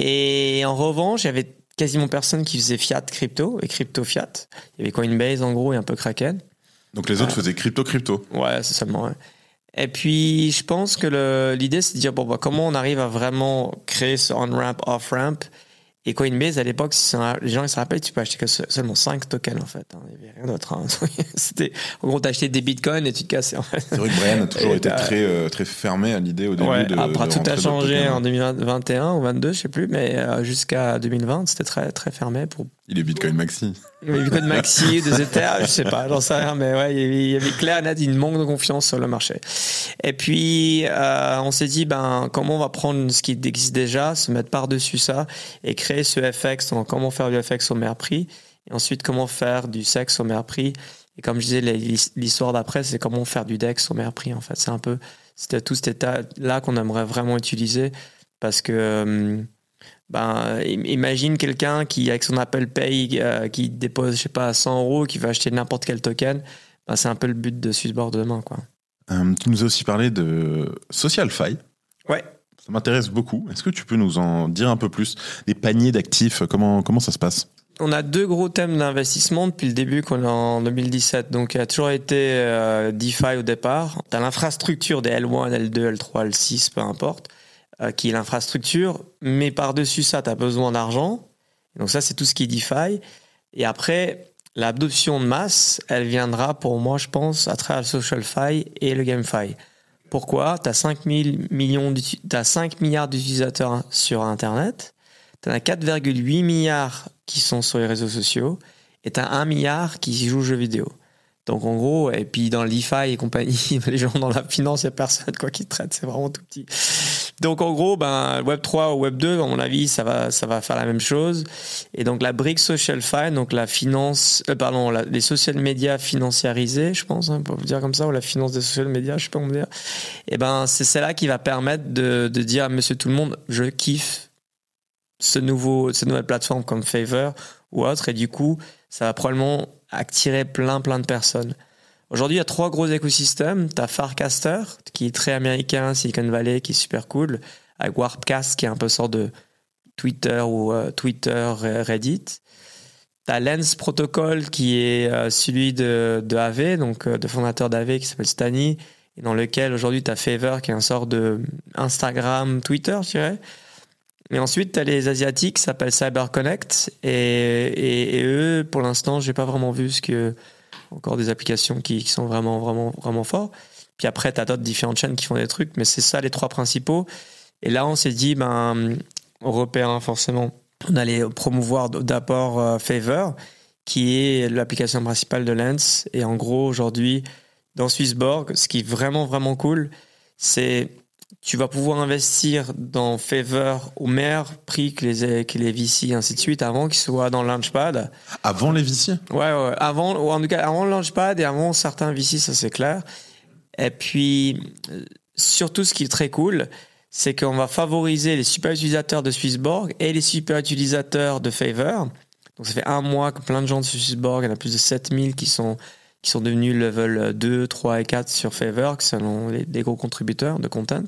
Et en revanche, il y avait quasiment personne qui faisait fiat crypto et crypto fiat. Il y avait Coinbase en gros et un peu Kraken. Donc les autres euh, faisaient crypto crypto. Ouais, c'est seulement, ouais. Et puis je pense que le, l'idée c'est de dire bon, bah, comment on arrive à vraiment créer ce on-ramp, off-ramp. Et Coinbase, à l'époque, si les gens ils se rappellent, tu peux acheter que seulement cinq tokens, en fait. Il n'y avait rien d'autre. Hein. C'était, en gros, t'achetais des bitcoins et tu te cassais, en fait. C'est vrai que Brian a toujours et été très, euh, très fermé à l'idée au début ouais, de. Après, de tout a changé en deux mille vingt et un ou vingt-deux, je sais plus, mais euh, jusqu'à deux mille vingt, c'était très, très fermé pour. Il est Bitcoin Maxi. Il y avait Bitcoin Maxi, des Ethers, je sais pas, j'en sais rien, mais ouais, il y avait, il y avait clair, net, une manque de confiance sur le marché. Et puis, euh, on s'est dit, ben, comment on va prendre ce qui existe déjà, se mettre par-dessus ça et créer ce F X. Donc, comment faire du F X au meilleur prix et ensuite, comment faire du S E X au meilleur prix. Et comme je disais, l'histoire d'après, c'est comment faire du D E X au meilleur prix, en fait. C'est un peu, c'était tout cet état-là qu'on aimerait vraiment utiliser parce que, euh, ben, imagine quelqu'un qui, avec son Apple Pay, euh, qui dépose, je sais pas, cent euros, qui va acheter n'importe quel token. Ben, c'est un peu le but de Swissborg demain, quoi. Euh, tu nous as aussi parlé de SocialFi. Ouais. Ça m'intéresse beaucoup. Est-ce que tu peux nous en dire un peu plus? Des paniers d'actifs, comment, comment ça se passe? On a deux gros thèmes d'investissement depuis le début qu'on est en deux mille dix-sept. Donc, il a toujours été euh, DeFi au départ. Tu as l'infrastructure des L un, L deux, L trois, L six, peu importe, euh, qui est l'infrastructure. Mais par-dessus ça, tu as besoin d'argent. Donc ça, c'est tout ce qui est DeFi. Et après, l'adoption de masse, elle viendra pour moi, je pense, à travers le SocialFi et le GameFi. Pourquoi? Tu as cinq millions, t'as cinq milliards d'utilisateurs sur Internet. Tu as quatre virgule huit milliards qui sont sur les réseaux sociaux et t'as un milliard qui jouent aux jeux vidéo. Donc en gros, et puis dans l'E-Fi et compagnie, les gens dans la finance, il n'y a personne quoi qui traite, c'est vraiment tout petit. Donc en gros, ben, Web trois ou Web deux, à mon avis, ça va, ça va faire la même chose. Et donc la brique Social Fi, donc la finance, euh, pardon, la, les social médias financiarisés, je pense, hein, pour vous dire comme ça, ou la finance des social médias, je sais pas comment dire. Et ben c'est celle-là qui va permettre de, de dire à Monsieur Tout le Monde, je kiffe ce nouveau, cette nouvelle plateforme comme Fiverr ou autre, et du coup, ça va probablement attirer plein plein de personnes. Aujourd'hui, il y a trois gros écosystèmes. Tu as Farcaster, qui est très américain, Silicon Valley, qui est super cool, avec Warpcast, qui est un peu sorte de Twitter ou euh, Twitter, Reddit. Tu as Lens Protocol, qui est euh, celui de, de A V, donc euh, de fondateur d'A V, qui s'appelle Stani, et dans lequel aujourd'hui tu as Fiverr, qui est un sort de Instagram, Twitter, je dirais. Et ensuite, tu as les Asiatiques qui s'appellent CyberConnect. Et, et, et eux, pour l'instant, j'ai pas vraiment vu ce que, encore des applications qui, qui sont vraiment, vraiment, vraiment forts. Puis après, tu as d'autres différentes chaînes qui font des trucs, mais c'est ça les trois principaux. Et là, on s'est dit, ben, Européens, forcément, on allait promouvoir d'abord euh, Fiverr, qui est l'application principale de Lens. Et en gros, aujourd'hui, dans Swissborg, ce qui est vraiment, vraiment cool, c'est tu vas pouvoir investir dans Fiverr au meilleur prix que les, que les V C et ainsi de suite avant qu'ils soient dans le Launchpad. Avant les V C? Ouais, ouais. Avant, ou en tout cas, avant le Launchpad et avant certains V C, ça c'est clair. Et puis, surtout ce qui est très cool, c'est qu'on va favoriser les super utilisateurs de Swissborg et les super utilisateurs de Fiverr. Donc ça fait un mois que plein de gens de Swissborg, il y en a plus de sept mille qui sont, qui sont devenus level deux, trois et quatre sur Fiverr, qui sont les, des gros contributeurs de content.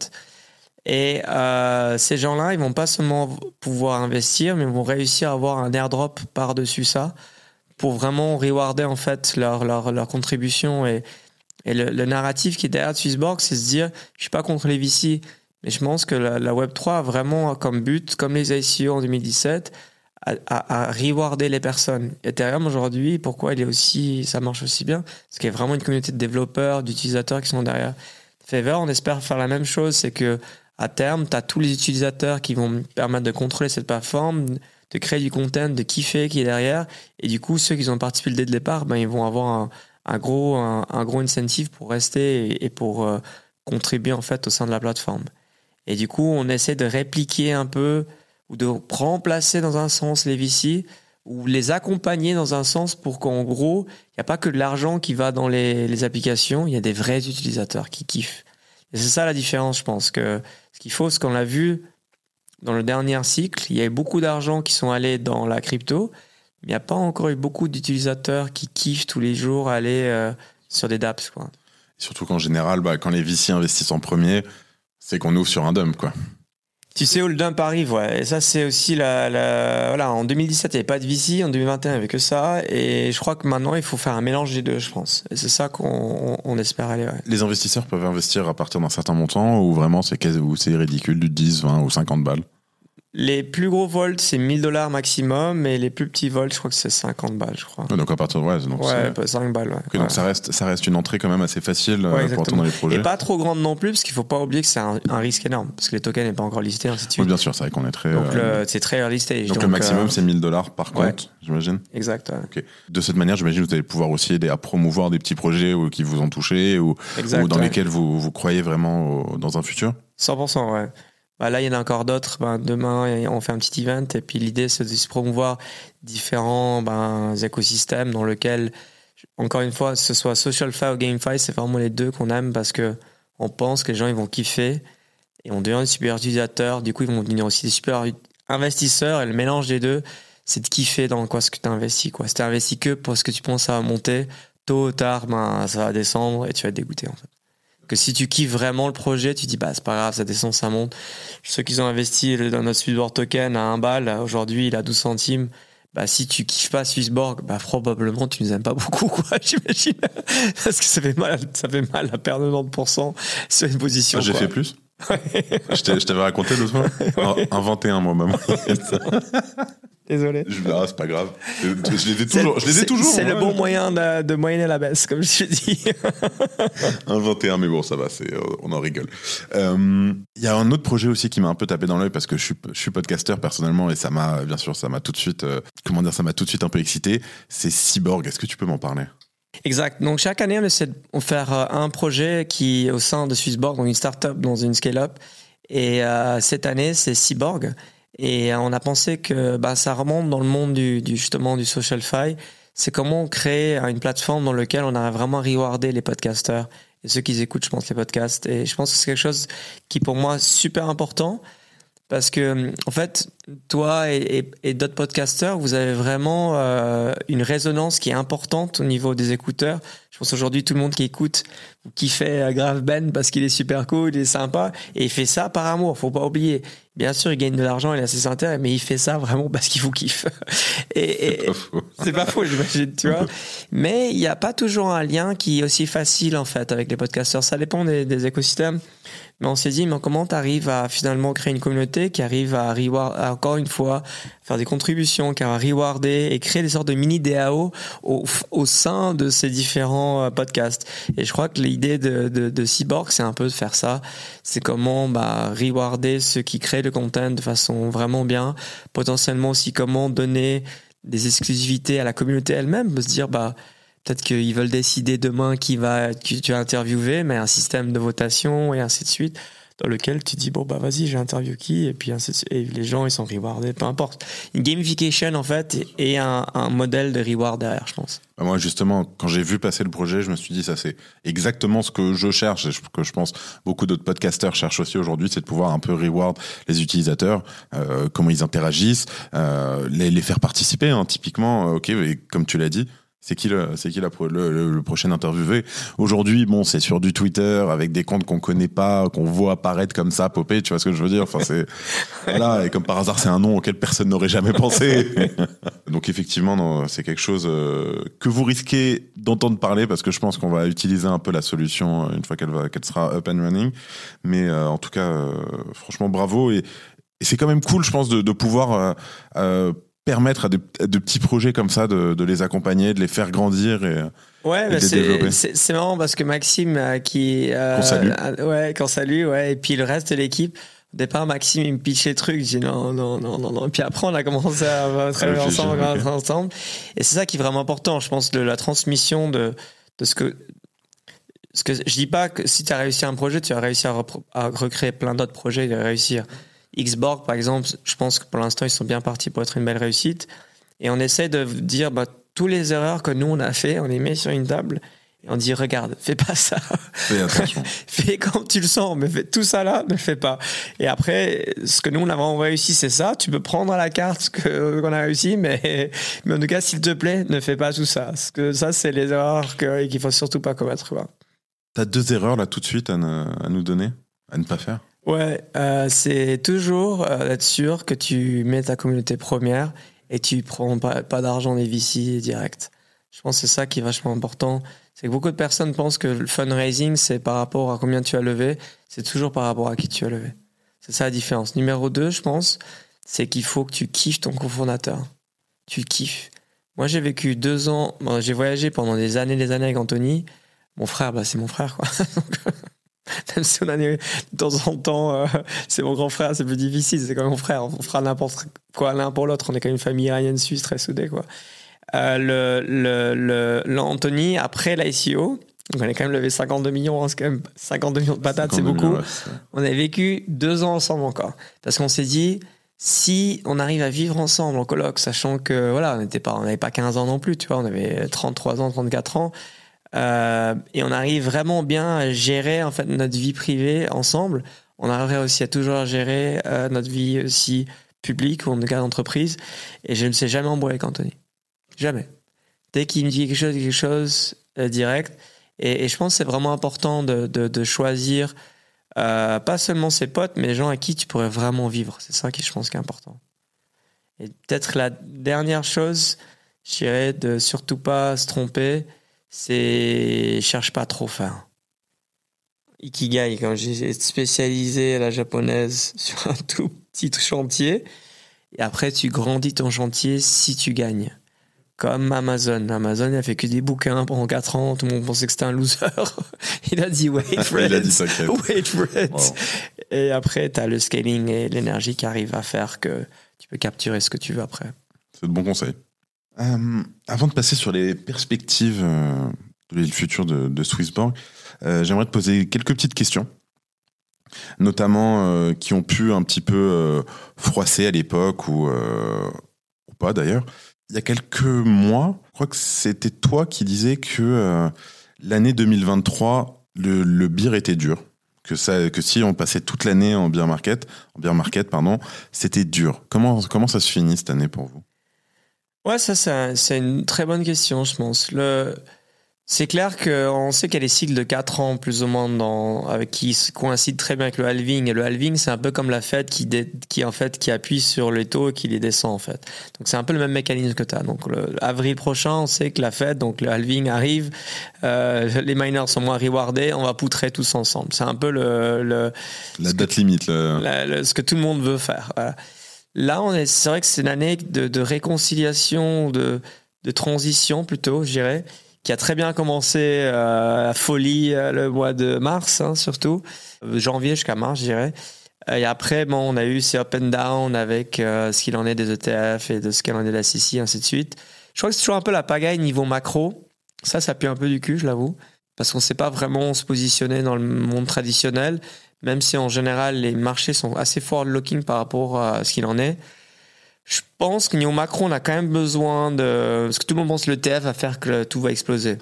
Et euh, ces gens-là, ils vont pas seulement pouvoir investir, mais ils vont réussir à avoir un airdrop par-dessus ça pour vraiment rewarder en fait leur, leur, leur contribution. Et, et le, le narratif qui est derrière Swissborg, c'est se dire, je suis pas contre les V C, mais je pense que la, la Web trois a vraiment comme but, comme les I C O en deux mille dix-sept, à, à, à rewarder les personnes. Ethereum aujourd'hui, pourquoi il est aussi, ça marche aussi bien? Parce qu'il y a vraiment une communauté de développeurs, d'utilisateurs qui sont derrière. Fiverr, on espère faire la même chose, c'est que à terme, tu as tous les utilisateurs qui vont permettre de contrôler cette plateforme, de créer du content, de kiffer qui est derrière. Et du coup, ceux qui ont participé dès le départ, ben, ils vont avoir un, un, gros, un, un gros incentive pour rester et, et pour euh, contribuer en fait au sein de la plateforme. Et du coup, on essaie de répliquer un peu ou de remplacer dans un sens les V C ou les accompagner dans un sens pour qu'en gros, il n'y a pas que de l'argent qui va dans les, les applications, il y a des vrais utilisateurs qui kiffent. Et c'est ça la différence, je pense. Que ce qu'il faut, c'est qu'on l'a vu dans le dernier cycle, il y a eu beaucoup d'argent qui sont allés dans la crypto, mais il n'y a pas encore eu beaucoup d'utilisateurs qui kiffent tous les jours aller euh, sur des dApps, quoi. Surtout qu'en général, bah, quand les V C investissent en premier, c'est qu'on ouvre sur un dump, quoi. Tu sais où le dump arrive, ouais. Et ça, c'est aussi la, la... Voilà, en deux mille dix-sept, il n'y avait pas de V C. En deux mille vingt et un, il n'y avait que ça. Et je crois que maintenant, il faut faire un mélange des deux, je pense. Et c'est ça qu'on on espère aller, ouais. Les investisseurs peuvent investir à partir d'un certain montant ou vraiment c'est, quasi, ou c'est ridicule, du dix, vingt ou cinquante balles? Les plus gros volts, c'est mille dollars maximum, et les plus petits volts, je crois que c'est cinquante balles, je crois. Ouais, donc à partir de ouais, donc ouais, c'est... cinq balles, ouais. Okay, donc ouais. ça reste, ça reste une entrée quand même assez facile ouais, pour entrer dans les projets. Et pas trop grande non plus, parce qu'il faut pas oublier que c'est un, un risque énorme, parce que les tokens n'est pas encore listés, ainsi de suite. Oui, bien sûr, c'est vrai qu'on est très. Donc euh... le, c'est très early stage. Donc, donc le maximum, euh... c'est mille dollars par compte, ouais. J'imagine. Exact. Ouais. Okay. De cette manière, j'imagine que vous allez pouvoir aussi aider à promouvoir des petits projets qui vous ont touché ou, exact, ou dans ouais. lesquels vous, vous croyez vraiment au, dans un futur. cent pour cent, ouais. Bah là, il y en a encore d'autres. Ben, demain, on fait un petit event. Et puis, l'idée, c'est de se promouvoir différents ben, écosystèmes dans lesquels, encore une fois, que ce soit SocialFi ou GameFi, c'est vraiment les deux qu'on aime parce que on pense que les gens ils vont kiffer et on devient des super utilisateurs. Du coup, ils vont devenir aussi des super investisseurs. Et le mélange des deux, c'est de kiffer dans quoi ce que tu as investi. Quoi. Si tu as investi que pour ce que tu penses ça va monter, tôt ou tard, ben, ça va descendre et tu vas être dégoûté, en fait. Que si tu kiffes vraiment le projet, tu dis bah c'est pas grave, ça descend, ça monte. Ceux qui ont investi dans notre Swissborg token à un bal, aujourd'hui il a douze centimes. Bah si tu kiffes pas Swissborg, bah probablement tu nous aimes pas beaucoup, quoi, j'imagine. Parce que ça fait mal, ça fait mal à perdre quatre-vingt-dix pour cent sur une position. Ah, j'ai quoi. fait plus. je, t'ai, je t'avais raconté l'autre fois. Ouais. Un vingt et un moi même. Désolé. Je, ah, c'est pas grave. Je les ai toujours. Je les ai toujours. C'est hein. le bon moyen de, de moyenner la baisse, comme je te dis. un vingt et un, mais bon, ça va, c'est, on en rigole. Il euh, y a un autre projet aussi qui m'a un peu tapé dans l'œil parce que je suis, je suis podcasteur personnellement et ça m'a, bien sûr, ça m'a tout de suite, euh, comment dire, ça m'a tout de suite un peu excité. C'est Cyborg. Est-ce que tu peux m'en parler? Exact. Donc, chaque année, on essaie de faire un projet qui est au sein de Swissborg, donc une start-up dans une scale-up. Et euh, cette année, c'est Cyborg. Et on a pensé que bah, ça remonte dans le monde du, du justement du social-fi. C'est comment créer une plateforme dans laquelle on a vraiment rewardé les podcasteurs et ceux qui écoutent, je pense, les podcasts. Et je pense que c'est quelque chose qui, pour moi, est super important parce que, en fait, toi et, et, et d'autres podcasteurs, vous avez vraiment euh, une résonance qui est importante au niveau des écouteurs. Je pense aujourd'hui, tout le monde qui écoute, qui fait grave Ben parce qu'il est super cool, il est sympa, et il fait ça par amour, faut pas oublier. Bien sûr, il gagne de l'argent, il a ses intérêts, mais il fait ça vraiment parce qu'il vous kiffe. Et, et, c'est pas faux. C'est pas faux, j'imagine, tu vois. Mais il n'y a pas toujours un lien qui est aussi facile, en fait, avec les podcasteurs. Ça dépend des, des écosystèmes. Mais on s'est dit, mais comment tu arrives à finalement créer une communauté qui arrive à reward, à, encore une fois, faire des contributions, qui va rewarder et créer des sortes de mini D A O au, au sein de ces différents podcasts. Et je crois que l'idée de, de, de Cyborg, c'est un peu de faire ça. C'est comment bah, rewarder ceux qui créent le content de façon vraiment bien. Potentiellement aussi comment donner des exclusivités à la communauté elle-même. De se dire, bah, peut-être qu'ils veulent décider demain qui va, qui tu vas interviewer, mais un système de votation et ainsi de suite, dans lequel tu dis, bon, bah, vas-y, j'ai interviewé qui, et puis ainsi de suite. Et les gens, ils sont rewardés, peu importe. Une gamification, en fait, et un, un modèle de reward derrière, je pense. Moi, justement, quand j'ai vu passer le projet, je me suis dit, ça, c'est exactement ce que je cherche, et que je pense beaucoup d'autres podcasteurs cherchent aussi aujourd'hui, c'est de pouvoir un peu reward les utilisateurs, euh, comment ils interagissent, euh, les, les faire participer, hein, typiquement, ok, et comme tu l'as dit, c'est qui le, c'est qui la, le, le, le prochain interviewé. Aujourd'hui, bon, c'est sur du Twitter avec des comptes qu'on connaît pas, qu'on voit apparaître comme ça, popper, tu vois ce que je veux dire. Enfin, c'est, voilà. Et comme par hasard, c'est un nom auquel personne n'aurait jamais pensé. Donc, effectivement, non, c'est quelque chose euh, que vous risquez d'entendre parler parce que je pense qu'on va utiliser un peu la solution une fois qu'elle va, qu'elle sera up and running. Mais, euh, en tout cas, euh, franchement, bravo. Et, et c'est quand même cool, je pense, de, de pouvoir, euh, euh, permettre à de, à de petits projets comme ça de, de les accompagner, de les faire grandir et, ouais, et de les c'est, développer. C'est, c'est marrant parce que Maxime, euh, qui euh, qu'on salue, euh, ouais, qu'on salue, ouais, et puis le reste de l'équipe. Au départ, Maxime, il me pitchait le truc. Je dis non, non, non, non, non. Et puis après, on a commencé à travailler ensemble, okay. ensemble. Et c'est ça qui est vraiment important, je pense, de la transmission de, de ce que. Ce que je dis pas que si tu as réussi un projet, tu vas réussir à, repro- à recréer plein d'autres projets et à réussir. Xborg, par exemple, je pense que pour l'instant, ils sont bien partis pour être une belle réussite. Et on essaie de dire, bah, tous les erreurs que nous, on a fait, on les met sur une table et on dit, regarde, fais pas ça. Fais attention. Fais comme tu le sens, mais fais tout ça là, ne le fais pas. Et après, ce que nous, on a vraiment réussi, c'est ça. Tu peux prendre à la carte ce que, qu'on a réussi, mais, mais en tout cas, s'il te plaît, ne fais pas tout ça. Parce que ça, c'est les erreurs que, qu'il faut surtout pas commettre. T'as deux erreurs là tout de suite à, ne, à nous donner, à ne pas faire? Ouais, euh, c'est toujours euh, être sûr que tu mets ta communauté première et tu prends pas, pas d'argent des V C direct. Je pense que c'est ça qui est vachement important. C'est que beaucoup de personnes pensent que le fundraising, c'est par rapport à combien tu as levé. C'est toujours par rapport à qui tu as levé. C'est ça la différence. Numéro deux, je pense, c'est qu'il faut que tu kiffes ton cofondateur. Tu kiffes. Moi, j'ai vécu deux ans, bon, j'ai voyagé pendant des années et des années avec Anthony. Mon frère, bah, c'est mon frère, quoi. Même si on a de temps en temps, euh, c'est mon grand frère, c'est plus difficile, c'est quand même mon frère. On fera n'importe quoi l'un pour l'autre. On est quand même une famille iranienne suisse très soudée, quoi. Euh, le, le, le, l'Anthony, après l'I C O, on a quand même levé cinquante-deux millions, hein, c'est quand même cinquante-deux millions de patates, c'est beaucoup. Millions, ouais, c'est... On a vécu deux ans ensemble encore. Parce qu'on s'est dit, si on arrive à vivre ensemble en coloc, sachant que, voilà, on n'était pas, on n'avait pas quinze ans non plus, tu vois, on avait trente-trois ans, trente-quatre ans. Euh, et on arrive vraiment bien à gérer en fait notre vie privée ensemble. On arrive aussi à toujours gérer euh, notre vie aussi publique ou en tout cas d'entreprise. Et je ne me suis jamais embrouillé avec Anthony. Jamais. Dès qu'il me dit quelque chose, quelque chose euh, direct. Et, et je pense que c'est vraiment important de, de, de choisir euh, pas seulement ses potes, mais les gens à qui tu pourrais vraiment vivre. C'est ça qui je pense qui est important. Et peut-être la dernière chose, je dirais de surtout pas se tromper. C'est cherche pas trop fin. Ikigai, quand j'ai spécialisé à la japonaise sur un tout petit chantier, Et après, tu grandis ton chantier si tu gagnes. Comme Amazon. Amazon, il a fait que des bouquins pendant quatre ans. Tout le monde pensait que c'était un loser. Il a dit wait for Il it. a dit ça, Wait for it. Wow. Et après, tu as le scaling et l'énergie qui arrive à faire que tu peux capturer ce que tu veux après. C'est de bons conseils. Euh, avant de passer sur les perspectives euh, de le futur de, de Swissborg, euh, j'aimerais te poser quelques petites questions, notamment euh, qui ont pu un petit peu euh, froisser à l'époque ou, euh, ou pas d'ailleurs. Il y a quelques mois, je crois que c'était toi qui disais que euh, l'année deux mille vingt-trois, le, le beer était dur. Que, ça, que si on passait toute l'année en beer market, en beer market pardon, c'était dur. Comment, comment ça se finit cette année pour vous ? Ouais, ça, ça, c'est une très bonne question, je pense. Le... C'est clair qu'on sait qu'il y a des cycles de quatre ans, plus ou moins, dans, avec, qui coïncident très bien avec le halving. Et le halving, c'est un peu comme la Fed qui, dé, qui, en fait, qui appuie sur les taux et qui les descend, en fait. Donc, c'est un peu le même mécanisme que tu as. Donc, le, avril prochain, on sait que la Fed, donc le halving arrive, euh, les miners sont moins rewardés, on va poutrer tous ensemble. C'est un peu le... le la date que, limite. Le... La, le, ce que tout le monde veut faire. Voilà. Là, on est, c'est vrai que c'est une année de, de réconciliation, de, de transition plutôt, je dirais, qui a très bien commencé euh, à folie euh, le mois de mars, hein, surtout, janvier jusqu'à mars, je dirais. Et après, bon, on a eu ces up and down avec euh, ce qu'il en est des E T F et de ce qu'il en est de la C C, ainsi de suite. Je crois que c'est toujours un peu la pagaille niveau macro. Ça, ça pue un peu du cul, je l'avoue, parce qu'on ne sait pas vraiment se positionner dans le monde traditionnel, même si en général, les marchés sont assez forward-looking par rapport à ce qu'il en est. Je pense que niveau macro, on a quand même besoin de... Parce que tout le monde pense que l'E T F va faire que tout va exploser.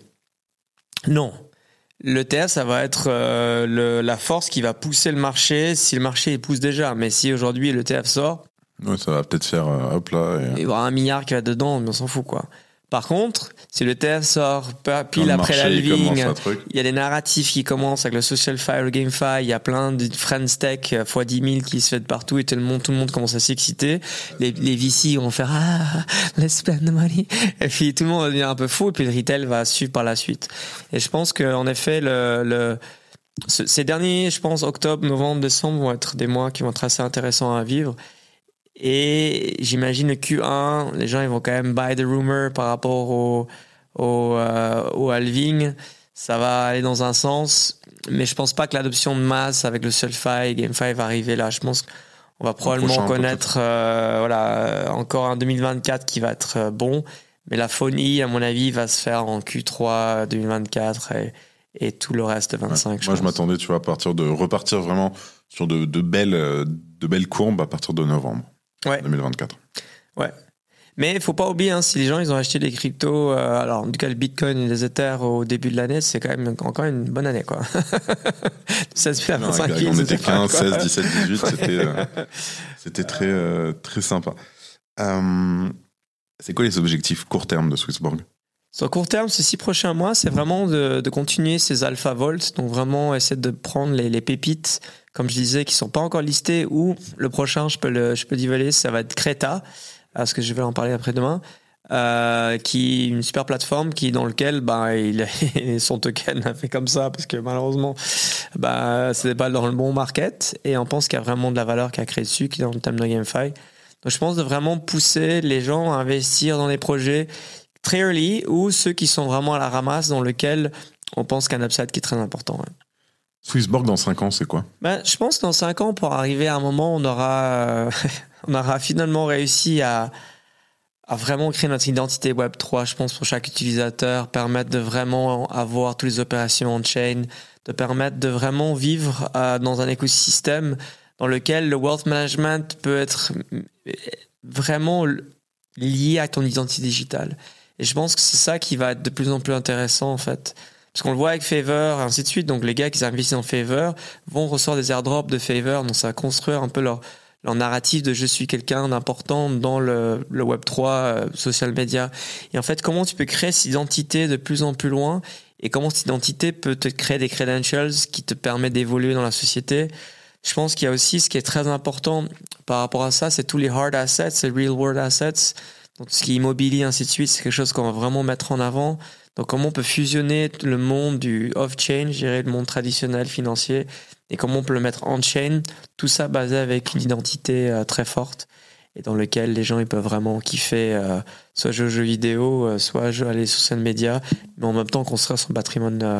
Non. L'E T F, ça va être euh, le, la force qui va pousser le marché si le marché il pousse déjà. Mais si aujourd'hui l'E T F sort... Ouais, ça va peut-être faire euh, hop là. Et... Il va y avoir un milliard qui va dedans, mais on s'en fout, quoi. Par contre, si le T F sort pile après l'halving, il y a des narratifs qui commencent avec le Social Fi, le GameFi, il y a plein de Friends Tech fois dix mille qui se fait de partout et tout le monde, tout le monde commence à s'exciter. Les, les V C vont faire « Ah, let's spend the money ». Et puis tout le monde va devenir un peu fou et puis le retail va suivre par la suite. Et je pense qu'en effet, le, le, ce, ces derniers, je pense, octobre, novembre, décembre vont être des mois qui vont être assez intéressants à vivre. Et j'imagine le Q un, les gens ils vont quand même buy the rumor par rapport au, au, euh, au halving. Ça va aller dans un sens, mais je pense pas que l'adoption de masse avec le SolFi et GameFi va arriver là. Je pense qu'on va probablement prochain, connaître euh, voilà, encore un deux mille vingt-quatre qui va être bon, mais la phonie, à mon avis, va se faire en Q trois deux mille vingt-quatre et, et tout le reste de vingt-cinq. Ouais, je moi, pense. je m'attendais, tu vois, à partir de repartir vraiment sur de, de, belles, de belles courbes à partir de novembre. Ouais. deux mille vingt-quatre. Ouais. Mais il faut pas oublier, hein, si les gens ils ont acheté des cryptos, euh, alors en tout cas le Bitcoin et les Ethers au début de l'année, c'est quand même encore une bonne année, quoi. seize mille à vingt-cinq mille. On était quinze, seize, dix-sept, dix-huit, ouais. c'était, euh, c'était très, euh, très sympa. Euh, c'est quoi les objectifs court terme de Swissborg ? Sur court terme, ces six prochains mois, c'est vraiment de, de continuer ces alpha volts, donc vraiment essayer de prendre les, les pépites, comme je disais, qui sont pas encore listées, ou le prochain, je peux le, je peux dévoiler, ça va être Creta, parce que je vais en parler après-demain, euh, qui est une super plateforme qui dans lequel bah il son token a fait comme ça parce que malheureusement bah c'est pas dans le bon market et on pense qu'il y a vraiment de la valeur qui a créé dessus, qui est dans le thème de GameFi. Donc je pense de vraiment pousser les gens à investir dans des projets très early ou ceux qui sont vraiment à la ramasse dans lequel on pense qu'un upside qui est très important. Ouais. Swissborg dans cinq ans, c'est quoi ? Ben, je pense que dans cinq ans, pour arriver à un moment, on aura, euh, on aura finalement réussi à, à vraiment créer notre identité web trois, je pense, pour chaque utilisateur, permettre de vraiment avoir toutes les opérations on-chain, de permettre de vraiment vivre euh, dans un écosystème dans lequel le wealth management peut être vraiment lié à ton identité digitale. Et je pense que c'est ça qui va être de plus en plus intéressant, en fait. Parce qu'on le voit avec Favor, et ainsi de suite. Donc, les gars qui investissent en Favor vont recevoir des airdrops de Favor. Donc, ça va construire un peu leur, leur narratif de je suis quelqu'un d'important dans le, le web trois, euh, social media. Et en fait, comment tu peux créer cette identité de plus en plus loin et comment cette identité peut te créer des credentials qui te permettent d'évoluer dans la société. Je pense qu'il y a aussi ce qui est très important par rapport à ça, c'est tous les hard assets, les real world assets. Donc, ce qui est immobilier, ainsi de suite, c'est quelque chose qu'on va vraiment mettre en avant. Donc, comment on peut fusionner le monde du off-chain, je dirais le monde traditionnel financier, et comment on peut le mettre on-chain, tout ça basé avec une identité euh, très forte. et dans lequel les gens ils peuvent vraiment kiffer, euh, soit jouer aux jeux vidéo, euh, soit jouer, aller sur social media, mais en même temps construire son patrimoine euh,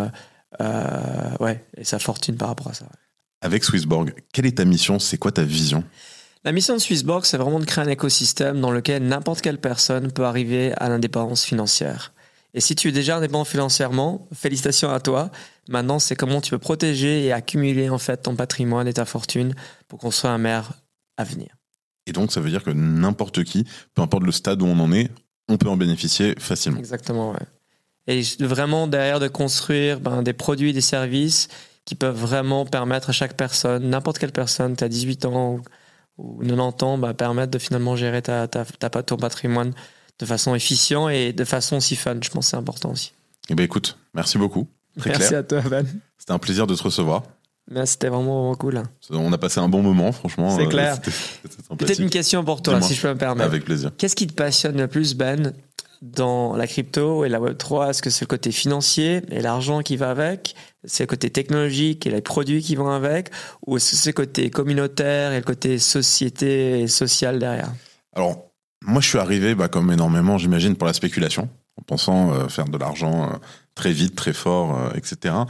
euh, ouais, et sa fortune par rapport à ça. Ouais. Avec Swissborg, quelle est ta mission? C'est quoi ta vision? La mission de Swissborg, c'est vraiment de créer un écosystème dans lequel n'importe quelle personne peut arriver à l'indépendance financière. Et si tu es déjà indépendant financièrement, félicitations à toi. Maintenant, c'est comment tu peux protéger et accumuler en fait ton patrimoine et ta fortune pour construire un meilleur avenir. Et donc, ça veut dire que n'importe qui, peu importe le stade où on en est, on peut en bénéficier facilement. Exactement, ouais. Et vraiment derrière de construire ben, des produits, des services qui peuvent vraiment permettre à chaque personne, n'importe quelle personne, tu as dix-huit ans ou, ou quatre-vingt-dix ans, ben, permettre de finalement gérer ta, ta, ta, ton patrimoine de façon efficiente et de façon aussi fun. Je pense que c'est important aussi. Eh bien, écoute, merci beaucoup. Très merci clair. à toi, Ben. C'était un plaisir de te recevoir. Mais c'était vraiment, vraiment cool. On a passé un bon moment, franchement. C'est clair. C'était, c'était Peut-être une question pour toi, Dis-moi. si je peux me permettre. Avec plaisir. Qu'est-ce qui te passionne le plus, Ben, dans la crypto et la web trois? Est-ce que c'est le côté financier et l'argent qui va avec? C'est le côté technologique et les produits qui vont avec? Ou est-ce que c'est le côté communautaire et le côté société et social derrière? Alors, moi, je suis arrivé, bah, comme énormément, j'imagine, pour la spéculation, en pensant euh, faire de l'argent euh, très vite, très fort, euh, et cetera.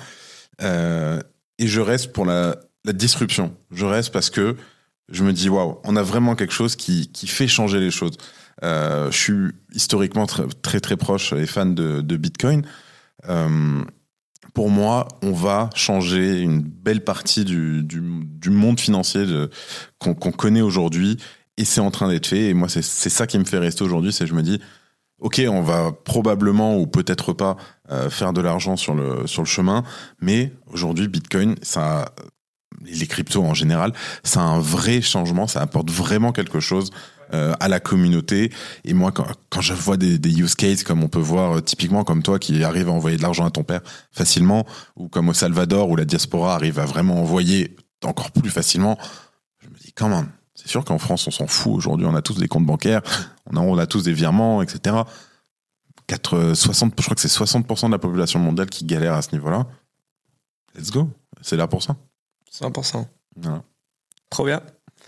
Euh, et je reste pour la, la disruption. Je reste parce que je me dis, waouh, on a vraiment quelque chose qui, qui fait changer les choses. Euh, je suis historiquement très, très, très proche et fan de, de Bitcoin. Euh, pour moi, on va changer une belle partie du, du, du monde financier de, qu'on, qu'on connaît aujourd'hui. Et c'est en train d'être fait. Et moi, c'est, c'est ça qui me fait rester aujourd'hui. C'est que je me dis, OK, on va probablement ou peut-être pas euh, faire de l'argent sur le, sur le chemin. Mais aujourd'hui, Bitcoin, ça, les cryptos en général, ça a un vrai changement. Ça apporte vraiment quelque chose euh, à la communauté. Et moi, quand, quand je vois des, des use cases comme on peut voir, euh, typiquement comme toi qui arrive à envoyer de l'argent à ton père facilement, ou comme au Salvador où la diaspora arrive à vraiment envoyer encore plus facilement, je me dis, quand même. C'est sûr qu'en France, on s'en fout. Aujourd'hui, on a tous des comptes bancaires, on a, on a tous des virements, et cetera. quatre, soixante, je crois que c'est soixante pour cent de la population mondiale qui galère à ce niveau-là. Let's go. C'est là pour ça. cent pour cent. Voilà. Trop bien.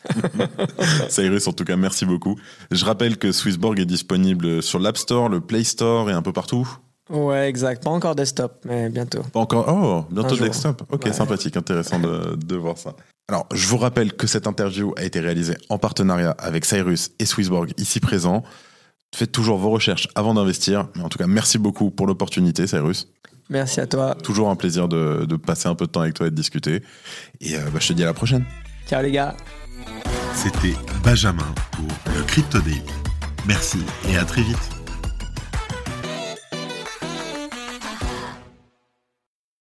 Cyrus, en tout cas, merci beaucoup. Je rappelle que Swissborg est disponible sur l'App Store, le Play Store et un peu partout. Ouais, exact. Pas encore desktop, mais bientôt. Pas encore. Oh, bientôt Un desktop. Ok, ouais. Sympathique, intéressant de, de voir ça. Alors, je vous rappelle que cette interview a été réalisée en partenariat avec Cyrus et Swissborg, ici présents. Faites toujours vos recherches avant d'investir. Mais en tout cas, merci beaucoup pour l'opportunité, Cyrus. Merci à toi. Toujours un plaisir de, de passer un peu de temps avec toi et de discuter. Et euh, bah, je te dis à la prochaine. Ciao les gars. C'était Benjamin pour le Crypto Daily. Merci et à très vite.